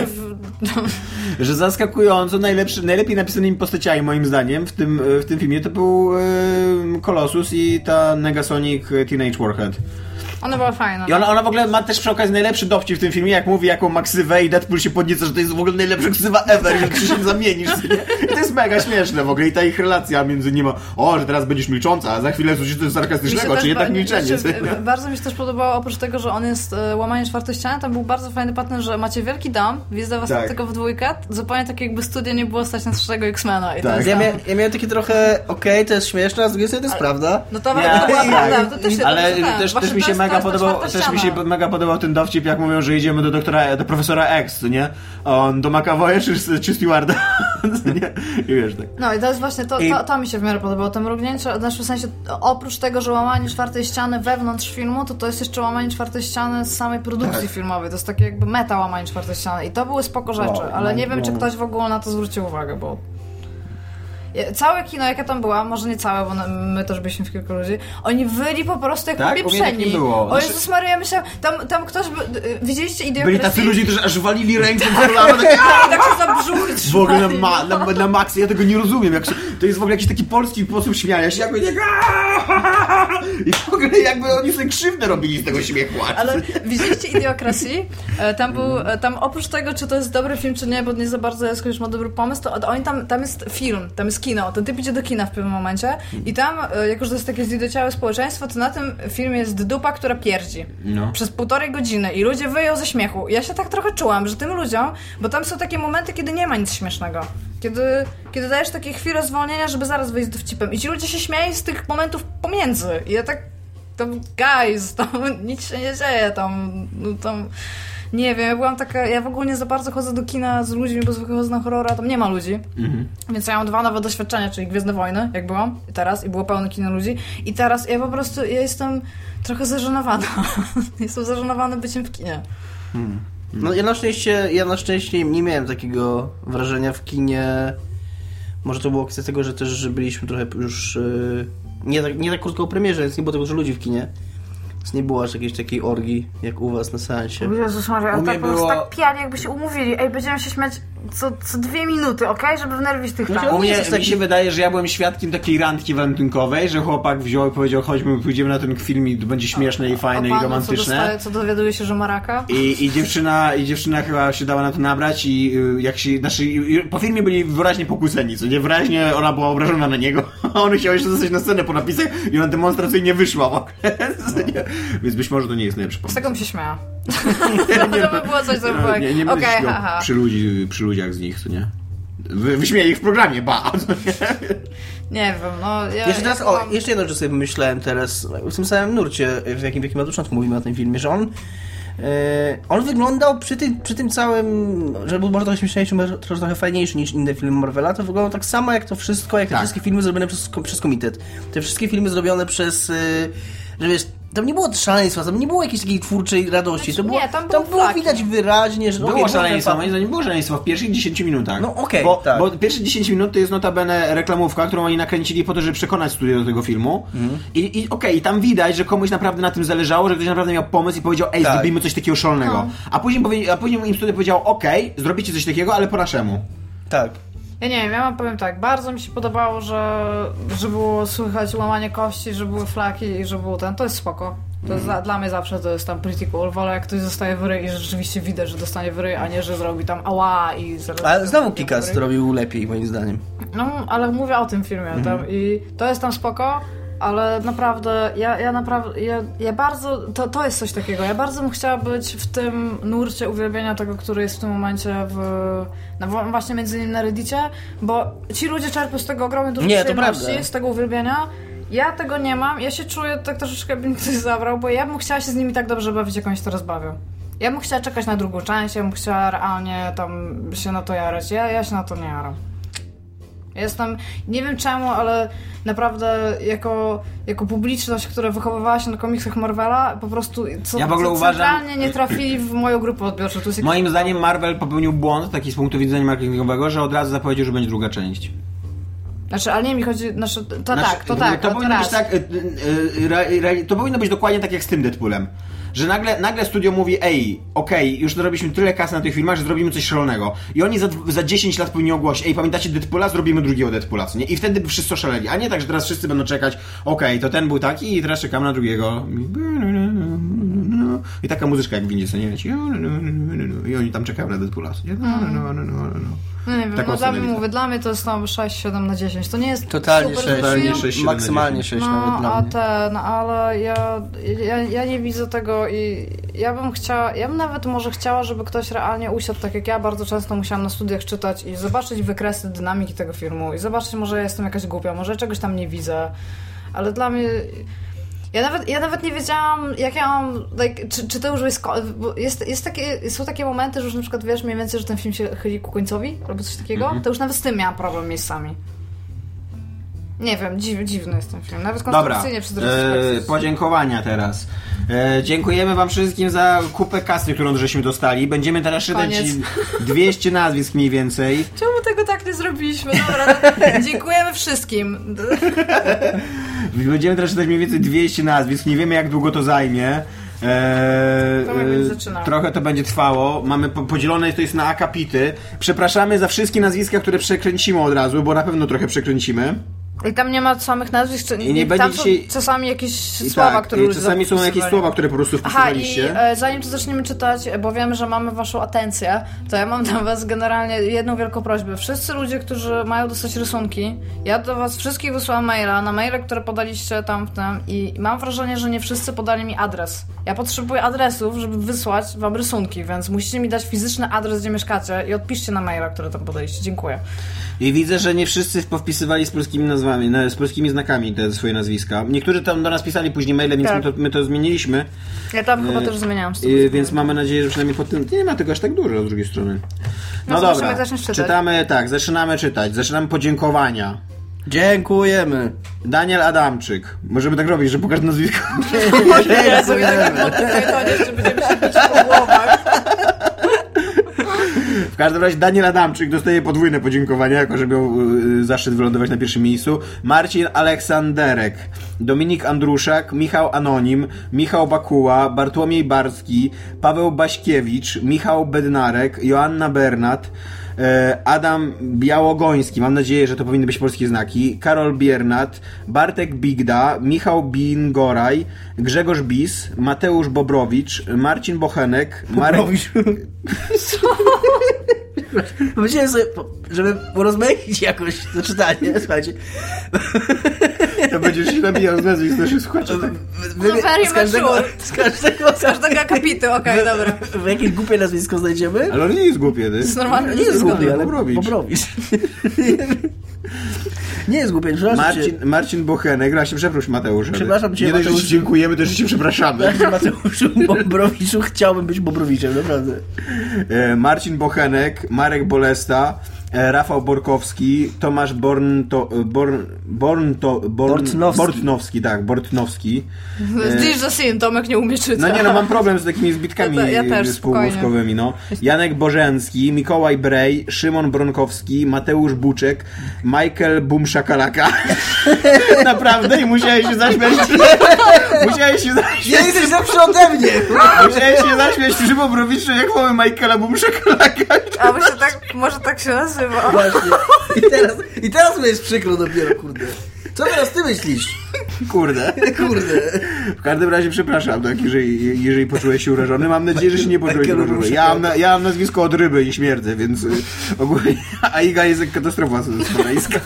Że zaskakująco najlepiej napisanymi postaciami moim zdaniem w tym filmie to był Colossus i ta Negasonic Teenage Warhead. Ona była fajna. I ona w ogóle ma też przy okazji najlepszy dowcip w tym filmie, jak mówi, jaką ma ksywę i Deadpool się podnieca, że to jest w ogóle najlepsza ksywa ever, że ty się zamienisz. I to jest mega śmieszne w ogóle i ta ich relacja między nimi, że teraz będziesz milcząca, a za chwilę coś sarkastycznego, czy jednak milczenie. Bardzo mi się też podobało, oprócz tego, że on jest łamanie 4 ściany, tam był bardzo fajny patent, że macie wielki dom, wjeżdża was tylko w 2, zupełnie tak jakby studia nie było stać na 3 X-Mena. Ja miałem takie trochę, to jest śmieszne, a z drugiej strony to jest prawda. No to była prawda, to też ale też mi się mi się mega podobał ten dowcip, jak mówią, że idziemy do profesora X, nie? On do McAvoya czy Stewarda? I wiesz, tak. No i to jest właśnie, to mi się w miarę podobało, to mrugnięcie, w sensie, oprócz tego, że łamanie 4 ściany wewnątrz filmu, to jest jeszcze łamanie 4 ściany z samej produkcji filmowej, to jest takie jakby meta łamanie 4 ściany i to były spoko rzeczy, ale nie wiem, czy ktoś w ogóle na to zwrócił uwagę, bo całe kino, jak ja tam byłam, może nie całe, bo my też byliśmy w kilku ludzi, oni wyli po prostu jak popieprzeni. O Jezus Maria, ja myślałam, tam ktoś widzieliście Idiokrację? Byli tacy ludzie, którzy aż walili ręką w kolano, tak się za brzuchy w ogóle na maksie, ja tego nie rozumiem, to jest w ogóle jakiś taki polski sposób śmiania się, jakby i w ogóle jakby oni sobie krzywdę robili z tego śmiechu. Ale widzieliście Idiokrację? Tam oprócz tego, czy to jest dobry film, czy nie, bo nie za bardzo Jaskowicz ma dobry pomysł, to oni tam jest film, tam jest kino. Ten typ idzie do kina w pewnym momencie i tam, jak już to jest takie zniedociałe społeczeństwo, to na tym filmie jest dupa, która pierdzi. No. Przez 1,5 godziny i ludzie wyją ze śmiechu. Ja się tak trochę czułam, że tym ludziom, bo tam są takie momenty, kiedy nie ma nic śmiesznego. Kiedy dajesz takie chwilę zwolnienia, żeby zaraz wyjść z dowcipem. I ci ludzie się śmieją z tych momentów pomiędzy. I ja tak... Guys, tam nic się nie dzieje, tam nie wiem, ja byłam taka, ja w ogóle nie za bardzo chodzę do kina z ludźmi, bo zwykle chodzę na horrora, tam nie ma ludzi, więc ja mam 2 nowe doświadczenia, czyli Gwiezdne Wojny, jak byłam teraz i było pełne kino ludzi i teraz ja po prostu, ja jestem trochę zażenowana, jestem zażenowana byciem w kinie. No ja na szczęście nie miałem takiego wrażenia w kinie, może to było kwestia tego, że też że byliśmy trochę już nie tak krótko o premierze, więc nie było tak dużo ludzi w kinie. Więc nie było aż jakiejś takiej orgii, jak u was na seansie. Jezus Maria, ale tak było tak pijani, jakby się umówili. Ej, będziemy się śmiać co 2 minuty, okej? Żeby wnerwić tych tam. U mnie mi się wydaje, że ja byłem świadkiem takiej randki walentynkowej, że chłopak wziął i powiedział, chodźmy, pójdziemy na ten film i to będzie śmieszne i fajne i romantyczne. Co dowiaduje się, że ma raka? I dziewczyna chyba się dała na to nabrać i jak się, po filmie byli wyraźnie pokłóceni, co nie? Wyraźnie ona była obrażona na niego, a on chciał jeszcze zostać na scenę po napisach i ona demonstracyjnie wyszła. Więc być może to nie jest najlepszy pomysł. Z tego mi się śmiała. To by było coś, co było nie przy ludziach z nich, co nie? Wyśmieję ich w programie, ba! Nie wiem, no... Jeszcze jedno, że sobie myślałem teraz, w tym samym nurcie, w jakim na początku mówimy o tym filmie, że on wyglądał przy tym całym, że był może trochę śmieszniejszy, może trochę fajniejszy niż inne filmy Marvela, to wyglądał tak samo jak to wszystko, jak te wszystkie filmy zrobione przez komitet. Te wszystkie filmy zrobione przez... że wiesz, tam nie było szaleństwa, tam nie było jakiejś takiej twórczej radości. Znaczy, tam było widać wyraźnie, że... Było szaleństwo, moim zdaniem było szaleństwo w pierwszych 10 minutach. No okej, tak. Bo pierwsze 10 minut to jest notabene reklamówka, którą oni nakręcili po to, żeby przekonać studio do tego filmu. I tam widać, że komuś naprawdę na tym zależało, że ktoś naprawdę miał pomysł i powiedział, zrobimy coś takiego szalonego. No. A później im studio powiedział, zrobicie coś takiego, ale po naszemu. Tak. Ja nie wiem, powiem tak, bardzo mi się podobało, że było słychać łamanie kości, że były flaki i że był to jest spoko. To jest dla mnie zawsze to jest tam pretty cool. Wolę jak ktoś zostaje w ryj i rzeczywiście widać, że dostanie w ryj, a nie, że zrobi tam ała i... Ale znowu Kick-Ass to robił lepiej, moim zdaniem. No, ale mówię o tym filmie tam i to jest tam spoko, ale naprawdę ja bardzo, to jest coś takiego, ja bardzo bym chciała być w tym nurcie uwielbienia tego, który jest w tym momencie właśnie między innymi na Reddicie, bo ci ludzie czerpią z tego ogromnie dużo przyjemności, z tego uwielbienia. Ja tego nie mam, ja się czuję tak troszeczkę, jakby mi ktoś zabrał, bo ja bym chciała się z nimi tak dobrze bawić, jak oni się teraz bawią. Ja bym chciała czekać na drugą część, ja bym chciała realnie tam się na to jarać. Ja się na to nie jaram. Jestem, nie wiem czemu, ale naprawdę jako publiczność, która wychowywała się na komiksach Marvela, po prostu centralnie nie trafili w moją grupę odbiorczą. Moim zdaniem Marvel popełnił błąd, taki z punktu widzenia marketingowego, że od razu zapowiedział, że będzie druga część. Znaczy, ale nie mi chodzi... To powinno być tak... To powinno być dokładnie tak jak z tym Deadpoolem. Że nagle studio mówi, już zrobiliśmy tyle kasy na tych filmach, że zrobimy coś szalonego. I oni za 10 lat powinni ogłosić, pamiętacie Deadpoola? Zrobimy drugiego Deadpoola, co nie? I wtedy by wszyscy oszaleli. A nie tak, że teraz wszyscy będą czekać, to ten był taki i teraz czekamy na drugiego. I taka muzyczka jak w windzie, co nie? I oni tam czekają na Deadpoola, co nie? No nie wiem, dla mnie to jest tam 6-7 na 10. To nie jest totalnie super 6, maksymalnie 6 nawet dla mnie. Ale ja nie widzę tego i ja bym nawet może chciała, żeby ktoś realnie usiadł, tak jak ja bardzo często musiałam na studiach czytać i zobaczyć wykresy dynamiki tego filmu i zobaczyć, może ja jestem jakaś głupia, może czegoś tam nie widzę, ale dla mnie... Ja nawet nie wiedziałam, jak ja mam... czy to już jest... Bo są takie momenty, że już na przykład wiesz mniej więcej, że ten film się chyli ku końcowi albo coś takiego, to już nawet z tym miałam problem miejscami. Nie wiem, dziwny jest ten film. Nawet konstrukcyjnie przez podziękowania teraz. Dziękujemy wam wszystkim za kupę kasy, którą żeśmy dostali. Będziemy teraz czytać 200 nazwisk mniej więcej. Czemu tego tak nie zrobiliśmy? Dobra, dziękujemy wszystkim. Będziemy teraz czytać mniej więcej 200 nazwisk. Nie wiemy, jak długo to zajmie. Trochę to będzie trwało. Mamy podzielone to jest na akapity. Przepraszamy za wszystkie nazwiska, które przekręcimy od razu, bo na pewno trochę przekręcimy. I tam nie ma samych nazwisk, I nie tam będzie są dzisiaj... czasami jakieś słowa, które ludzie czasami są jakieś słowa, które po prostu wpisywaliście. Aha, i zanim to zaczniemy czytać, bo wiemy, że mamy waszą atencję, to ja mam do was generalnie jedną wielką prośbę. Wszyscy ludzie, którzy mają dostać rysunki, ja do was wszystkich wysłałam maila, na maile, które podaliście tam w tym i mam wrażenie, że nie wszyscy podali mi adres. Ja potrzebuję adresów, żeby wysłać wam rysunki, więc musicie mi dać fizyczny adres, gdzie mieszkacie i odpiszcie na maila, które tam podaliście. Dziękuję. I widzę, że nie wszyscy powpisywali z polskimi nazwami, z polskimi znakami te swoje nazwiska. Niektórzy tam do nas pisali później maile, więc my to zmieniliśmy. Ja tam chyba też zmieniałam. Więc mamy nadzieję, że przynajmniej po tym... Nie ma tego aż tak dużo z drugiej strony. No dobra, czytamy, zaczynamy czytać. Zaczynamy podziękowania. Dziękujemy. Daniel Adamczyk. Możemy tak robić, że pokaż nazwisko. Jezu, że będziemy się bić po głowach. W każdym razie Daniel Adamczyk dostaje podwójne podziękowania, jako że miał zaszczyt wylądować na pierwszym miejscu. Marcin Aleksanderek, Dominik Andruszak, Michał Anonim, Michał Bakuła, Bartłomiej Barski, Paweł Baśkiewicz, Michał Bednarek, Joanna Bernat, Adam Białogoński, mam nadzieję, że to powinny być polskie znaki, Karol Biernat, Bartek Bigda, Michał Bingoraj, Grzegorz Bis, Mateusz Bobrowicz, Marcin Bochenek, Marek... Myślałem sobie, żeby porozmawiać jakoś to czytanie, słuchajcie. To będziesz się nabijał z nazwisk naszych słuchaczy. Z każdego akapitu, okej, dobra. W jakie głupie nazwisko znajdziemy? Ale on nie jest głupie, ty. To jest normalne. Nie jest głupie, ale Bobrowicz. Nie jest głupie, Marcin Bochenek, właśnie przeproś Mateusz. Przepraszam cię, nie dość, że ci dziękujemy, też ci przepraszamy. Mateusz Bobrowiczu, chciałbym być Bobrowiczem, naprawdę. Marcin Bochenek, Marek Bolesta, Rafał Borkowski, Tomasz Bortnowski, tak, Bortnowski. Zdzisz za syn, Tomek nie umie czytać. No nie, mam problem z takimi zbitkami spółgłoskowymi, no. Janek Bożenski, Mikołaj Brej, Szymon Bronkowski, Mateusz Buczek, Michael Bumszakalaka. Naprawdę? I musiałeś się zaśmiać. Nie jesteś lepszy ode mnie! Musiałeś się zaśmiać przy Bobrowiczu, jak mamy Michaela Bumszakalaka. A może tak się nazywa. Właśnie. I teraz mi jest przykro dopiero, kurde. Co teraz ty myślisz? Kurde. W każdym razie przepraszam, tak, jeżeli poczułeś się urażony. Mam nadzieję, że się nie poczułeś urażony. Ja mam nazwisko od ryby i śmierdzę, więc ogólnie... A Iga jest jak katastrofa słowiańska.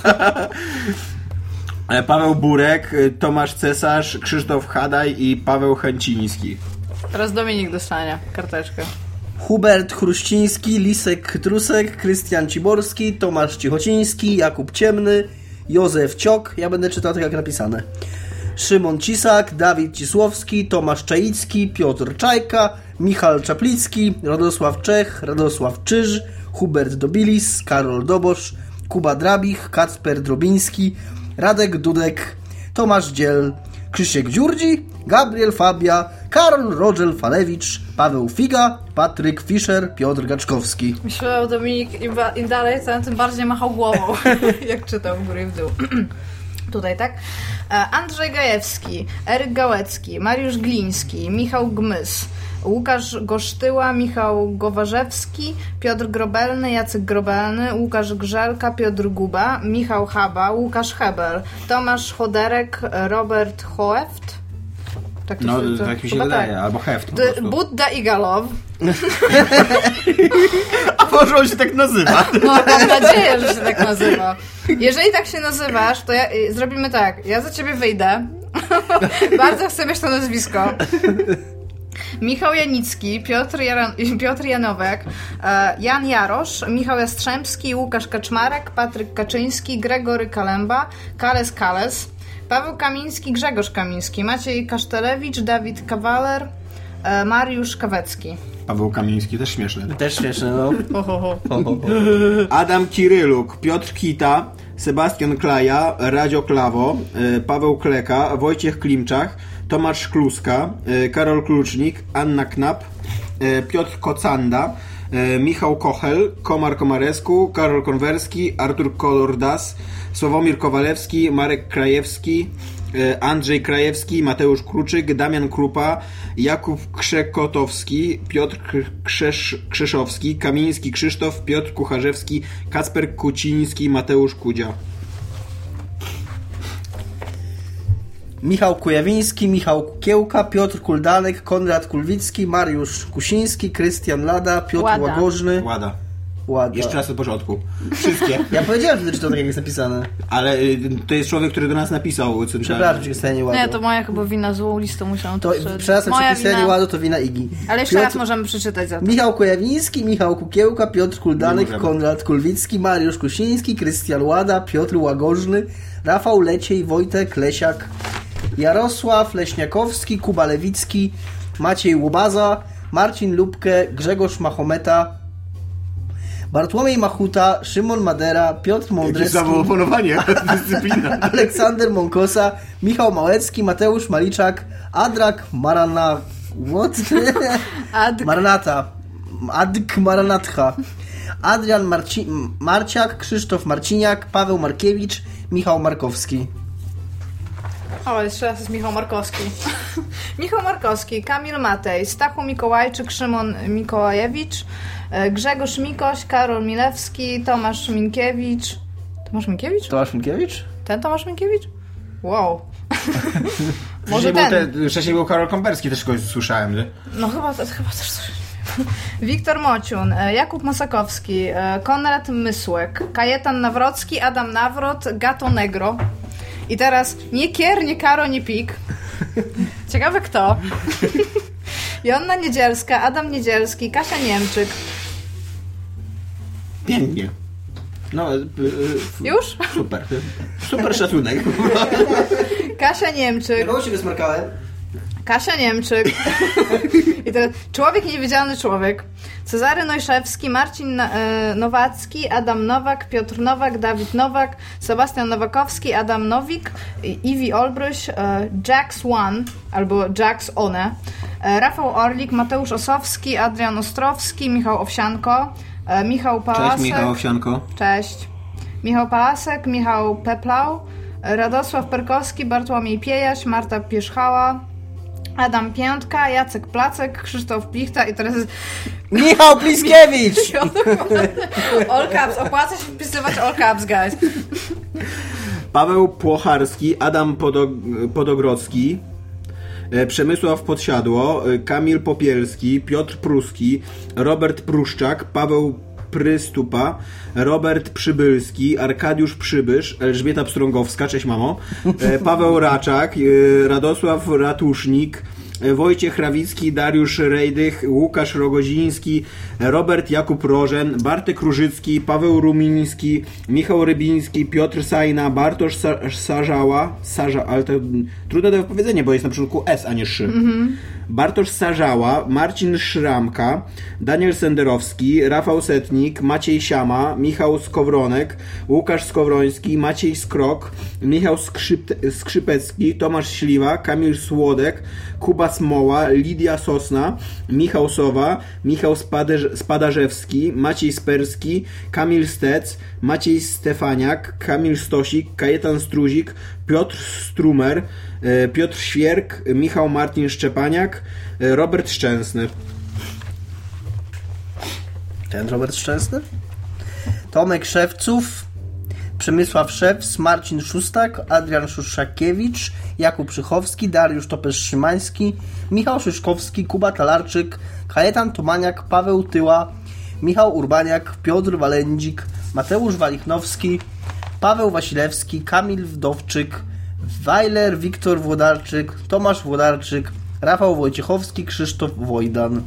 Paweł Burek, Tomasz Cesarz, Krzysztof Hadaj i Paweł Chęciński. Teraz Dominik dostanie karteczkę. Hubert Chruściński, Lisek Trusek, Krystian Ciborski, Tomasz Cichociński, Jakub Ciemny, Józef Ciok, ja będę czytał tak jak napisane, Szymon Cisak, Dawid Cisłowski, Tomasz Czajicki, Piotr Czajka, Michał Czaplicki, Radosław Czech, Radosław Czyż, Hubert Dobilis, Karol Dobosz, Kuba Drabich, Kacper Drobiński, Radek Dudek, Tomasz Dziel, Krzysiek Dziurdzi, Gabriel Fabia, Karol Roger Falewicz, Paweł Figa, Patryk Fischer, Piotr Gaczkowski. Myślałem, Dominik, im dalej, tym bardziej machał głową, jak czytał w górę i w dół. Tutaj, tak? Andrzej Gajewski, Eryk Gałecki, Mariusz Gliński, Michał Gmys, Łukasz Gosztyła, Michał Gowarzewski, Piotr Grobelny, Jacek Grobelny, Łukasz Grzelka, Piotr Guba, Michał Haba, Łukasz Hebel, Tomasz Choderek, Robert Hoeft. Tak mi się wydaje, tak. Albo Heft. Budda Igalow. A może on się tak nazywa? No, mam nadzieję, że się tak nazywa. Jeżeli tak się nazywasz, to zrobimy tak. Ja za ciebie wyjdę. Bardzo chcę mieć to nazwisko. Michał Janicki, Piotr Janowek, Jan Jarosz, Michał Jastrzębski, Łukasz Kaczmarek, Patryk Kaczyński, Gregory Kalemba, Kales, Paweł Kamiński, Grzegorz Kamiński, Maciej Kasztelewicz, Dawid Kawaler, Mariusz Kawecki. Paweł Kamiński, też śmieszny. Też śmieszny, no. Adam Kiryluk, Piotr Kita, Sebastian Klaja, Radzio Klawo, Paweł Kleka, Wojciech Klimczak, Tomasz Kluska, Karol Klucznik, Anna Knap, Piotr Kocanda, Michał Kochel, Komar Komaresku, Karol Konwerski, Artur Kolordas, Sławomir Kowalewski, Marek Krajewski, Andrzej Krajewski, Mateusz Kruczyk, Damian Krupa, Jakub Krzekotowski, Piotr Krzeszowski, Kamiński Krzysztof, Piotr Kucharzewski, Kacper Kuciński, Mateusz Kudzia. Michał Kujawiński, Michał Kukiełka, Piotr Kuldanek, Konrad Kulwicki, Mariusz Kusiński, Krystian Lada, Piotr Łagożny. Łada. Łada. Jeszcze raz od początku. Wszystkie. Ja powiedziałem, że to tak jak jest napisane. Ale to jest człowiek, który do nas napisał. Przepraszam, Krystianie Ładu. Nie, to moja chyba wina, złą listą musiałam to przepraszam, czy Krystianie Ładu to wina Igi. Ale jeszcze raz możemy przeczytać za to. Michał Kujawiński, Michał Kukiełka, Piotr Kuldanek, Konrad Kulwicki, Mariusz Kusiński, Krystian Łada, Piotr Łagożny, Rafał Leciej, Wojtek Lesiak, Jarosław Leśniakowski, Kuba Lewicki, Maciej Łubaza, Marcin Lubkę, Grzegorz Mahometa, Bartłomiej Machuta, Szymon Madera, Piotr Mądrewski, samooponowanie, dyscyplina. Aleksander Mąkosa, Michał Małecki, Mateusz Maliczak, Adrak Maranatha, Adrian Marciak, Krzysztof Marciniak, Paweł Markiewicz, Michał Markowski. O, jeszcze raz jest Michał Markowski. Michał Markowski, Kamil Matej, Stachu Mikołajczyk, Szymon Mikołajewicz, Grzegorz Mikoś, Karol Milewski, Tomasz Minkiewicz. Tomasz Minkiewicz? Tomasz Minkiewicz? Ten Tomasz Minkiewicz? Wow. Może ten. Wcześniej był Karol Kąperski, też kogoś słyszałem, nie? No chyba też coś. Wiktor Mociun, Jakub Masakowski, Konrad Mysłek, Kajetan Nawrocki, Adam Nawrot, Gato Negro. I teraz nie Kier, nie Karo, nie Pik. Ciekawe kto. Joanna Niedzielska, Adam Niedzielski, Kasia Niemczyk. Pięknie. No, już? Super. Super szacunek. Kasia Niemczyk. Kogo się wysmarkałem? Kasia Niemczyk. I teraz Człowiek Niewidzialny Człowiek. Cezary Nojszewski, Marcin Nowacki, Adam Nowak, Piotr Nowak, Dawid Nowak, Sebastian Nowakowski, Adam Nowik, Iwi Olbryś, Jax One albo Jax One, Rafał Orlik, Mateusz Osowski, Adrian Ostrowski, Michał Owsianko, Michał Palasek. Cześć Michał Owsianko. Cześć. Michał Palasek, Michał Peplał, Radosław Perkowski, Bartłomiej Piejaś, Marta Pierzchała, Adam Piątka, Jacek Placek, Krzysztof Plichta i teraz jest... Michał Pliskiewicz! All caps, opłaca się wpisywać all caps, guys. Paweł Płocharski, Adam Podogrodzki, Przemysław Podsiadło, Kamil Popielski, Piotr Pruski, Robert Pruszczak, Paweł Prystupa, Robert Przybylski, Arkadiusz Przybysz, Elżbieta Pstrągowska, cześć mamo, Paweł Raczak, Radosław Ratusznik, Wojciech Rawicki, Dariusz Rejdych, Łukasz Rogoziński, Robert Jakub Rożen, Bartek Różycki, Paweł Rumiński, Michał Rybiński, Piotr Sajna, Bartosz Sarzała, ale to trudne do wypowiedzenia, bo jest na początku S, a nie szy. Bartosz Sarzała, Marcin Szramka, Daniel Senderowski, Rafał Setnik, Maciej Siama, Michał Skowronek, Łukasz Skowroński, Maciej Skrok, Michał Skrzypecki, Tomasz Śliwa, Kamil Słodek, Kuba Smoła, Lidia Sosna, Michał Sowa, Michał Spadarzewski, Maciej Sperski, Kamil Stec, Maciej Stefaniak, Kamil Stosik, Kajetan Struzik, Piotr Strumer, Piotr Świerk, Michał Martin Szczepaniak, Robert Szczęsny. Ten Robert Szczęsny? Tomek Szewców, Przemysław Szewc, Marcin Szustak, Adrian Szuszakiewicz, Jakub Szychowski, Dariusz Topesz-Szymański, Michał Szyszkowski, Kuba Talarczyk, Kajetan Tomaniak, Paweł Tyła, Michał Urbaniak, Piotr Walędzik, Mateusz Walichnowski, Paweł Wasilewski, Kamil Wdowczyk, Weiler, Wiktor Włodarczyk, Tomasz Włodarczyk, Rafał Wojciechowski, Krzysztof Wojdan.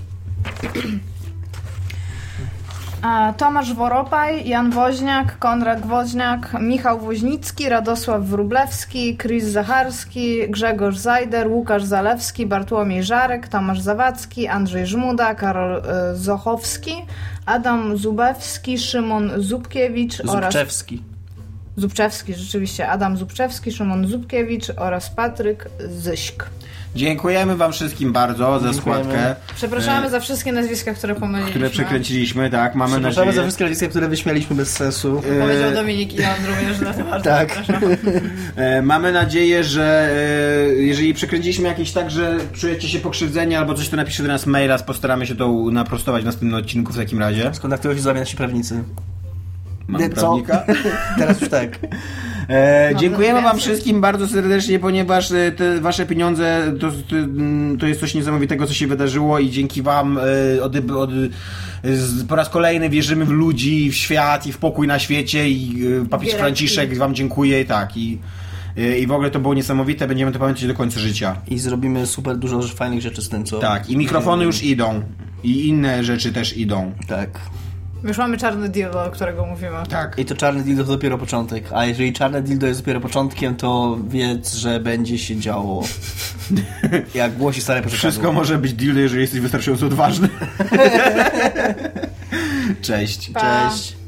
Tomasz Woropaj, Jan Woźniak, Konrad Woźniak, Michał Woźnicki, Radosław Wróblewski, Chris Zacharski, Grzegorz Zajder, Łukasz Zalewski, Bartłomiej Żarek, Tomasz Zawadzki, Andrzej Żmuda, Karol Zochowski, Adam Zubewski, Szymon Zubkiewicz Zubczewski, rzeczywiście, Adam Zubczewski, Szymon Zubkiewicz oraz Patryk Zyśk. Dziękujemy wam wszystkim bardzo za składkę. Przepraszamy za wszystkie nazwiska, które pomyliliśmy. Które przekręciliśmy, tak, mamy nadzieję. Przepraszamy za wszystkie nazwiska, które wyśmialiśmy bez sensu. Powiedział Dominik i on również na to bardzo tak. Mamy nadzieję, że jeżeli przekręciliśmy jakieś tak, że czujecie się pokrzywdzeni albo coś, to napiszcie do nas maila, postaramy się to naprostować w następnym odcinku w takim razie. Skontaktują się z wami nasi prawnicy. Mamy prawnika? Teraz już tak. Dziękujemy wam wszystkim bardzo serdecznie, ponieważ te wasze pieniądze to jest coś niesamowitego, co się wydarzyło i dzięki wam po raz kolejny wierzymy w ludzi, w świat i w pokój na świecie i papież Franciszek wam dziękuję i w ogóle to było niesamowite, będziemy to pamiętać do końca życia. I zrobimy super dużo fajnych rzeczy z tym, co... Tak, i mikrofony już idą. I inne rzeczy też idą. Tak. Już mamy czarny dildo, o którego mówimy. Tak. I to czarny dildo to dopiero początek. A jeżeli czarne dildo jest dopiero początkiem, to wiedz, że będzie się działo. Jak głosi stare poczekadło. Wszystko może być dildo, jeżeli jesteś wystarczająco odważny. Cześć. Pa. Cześć.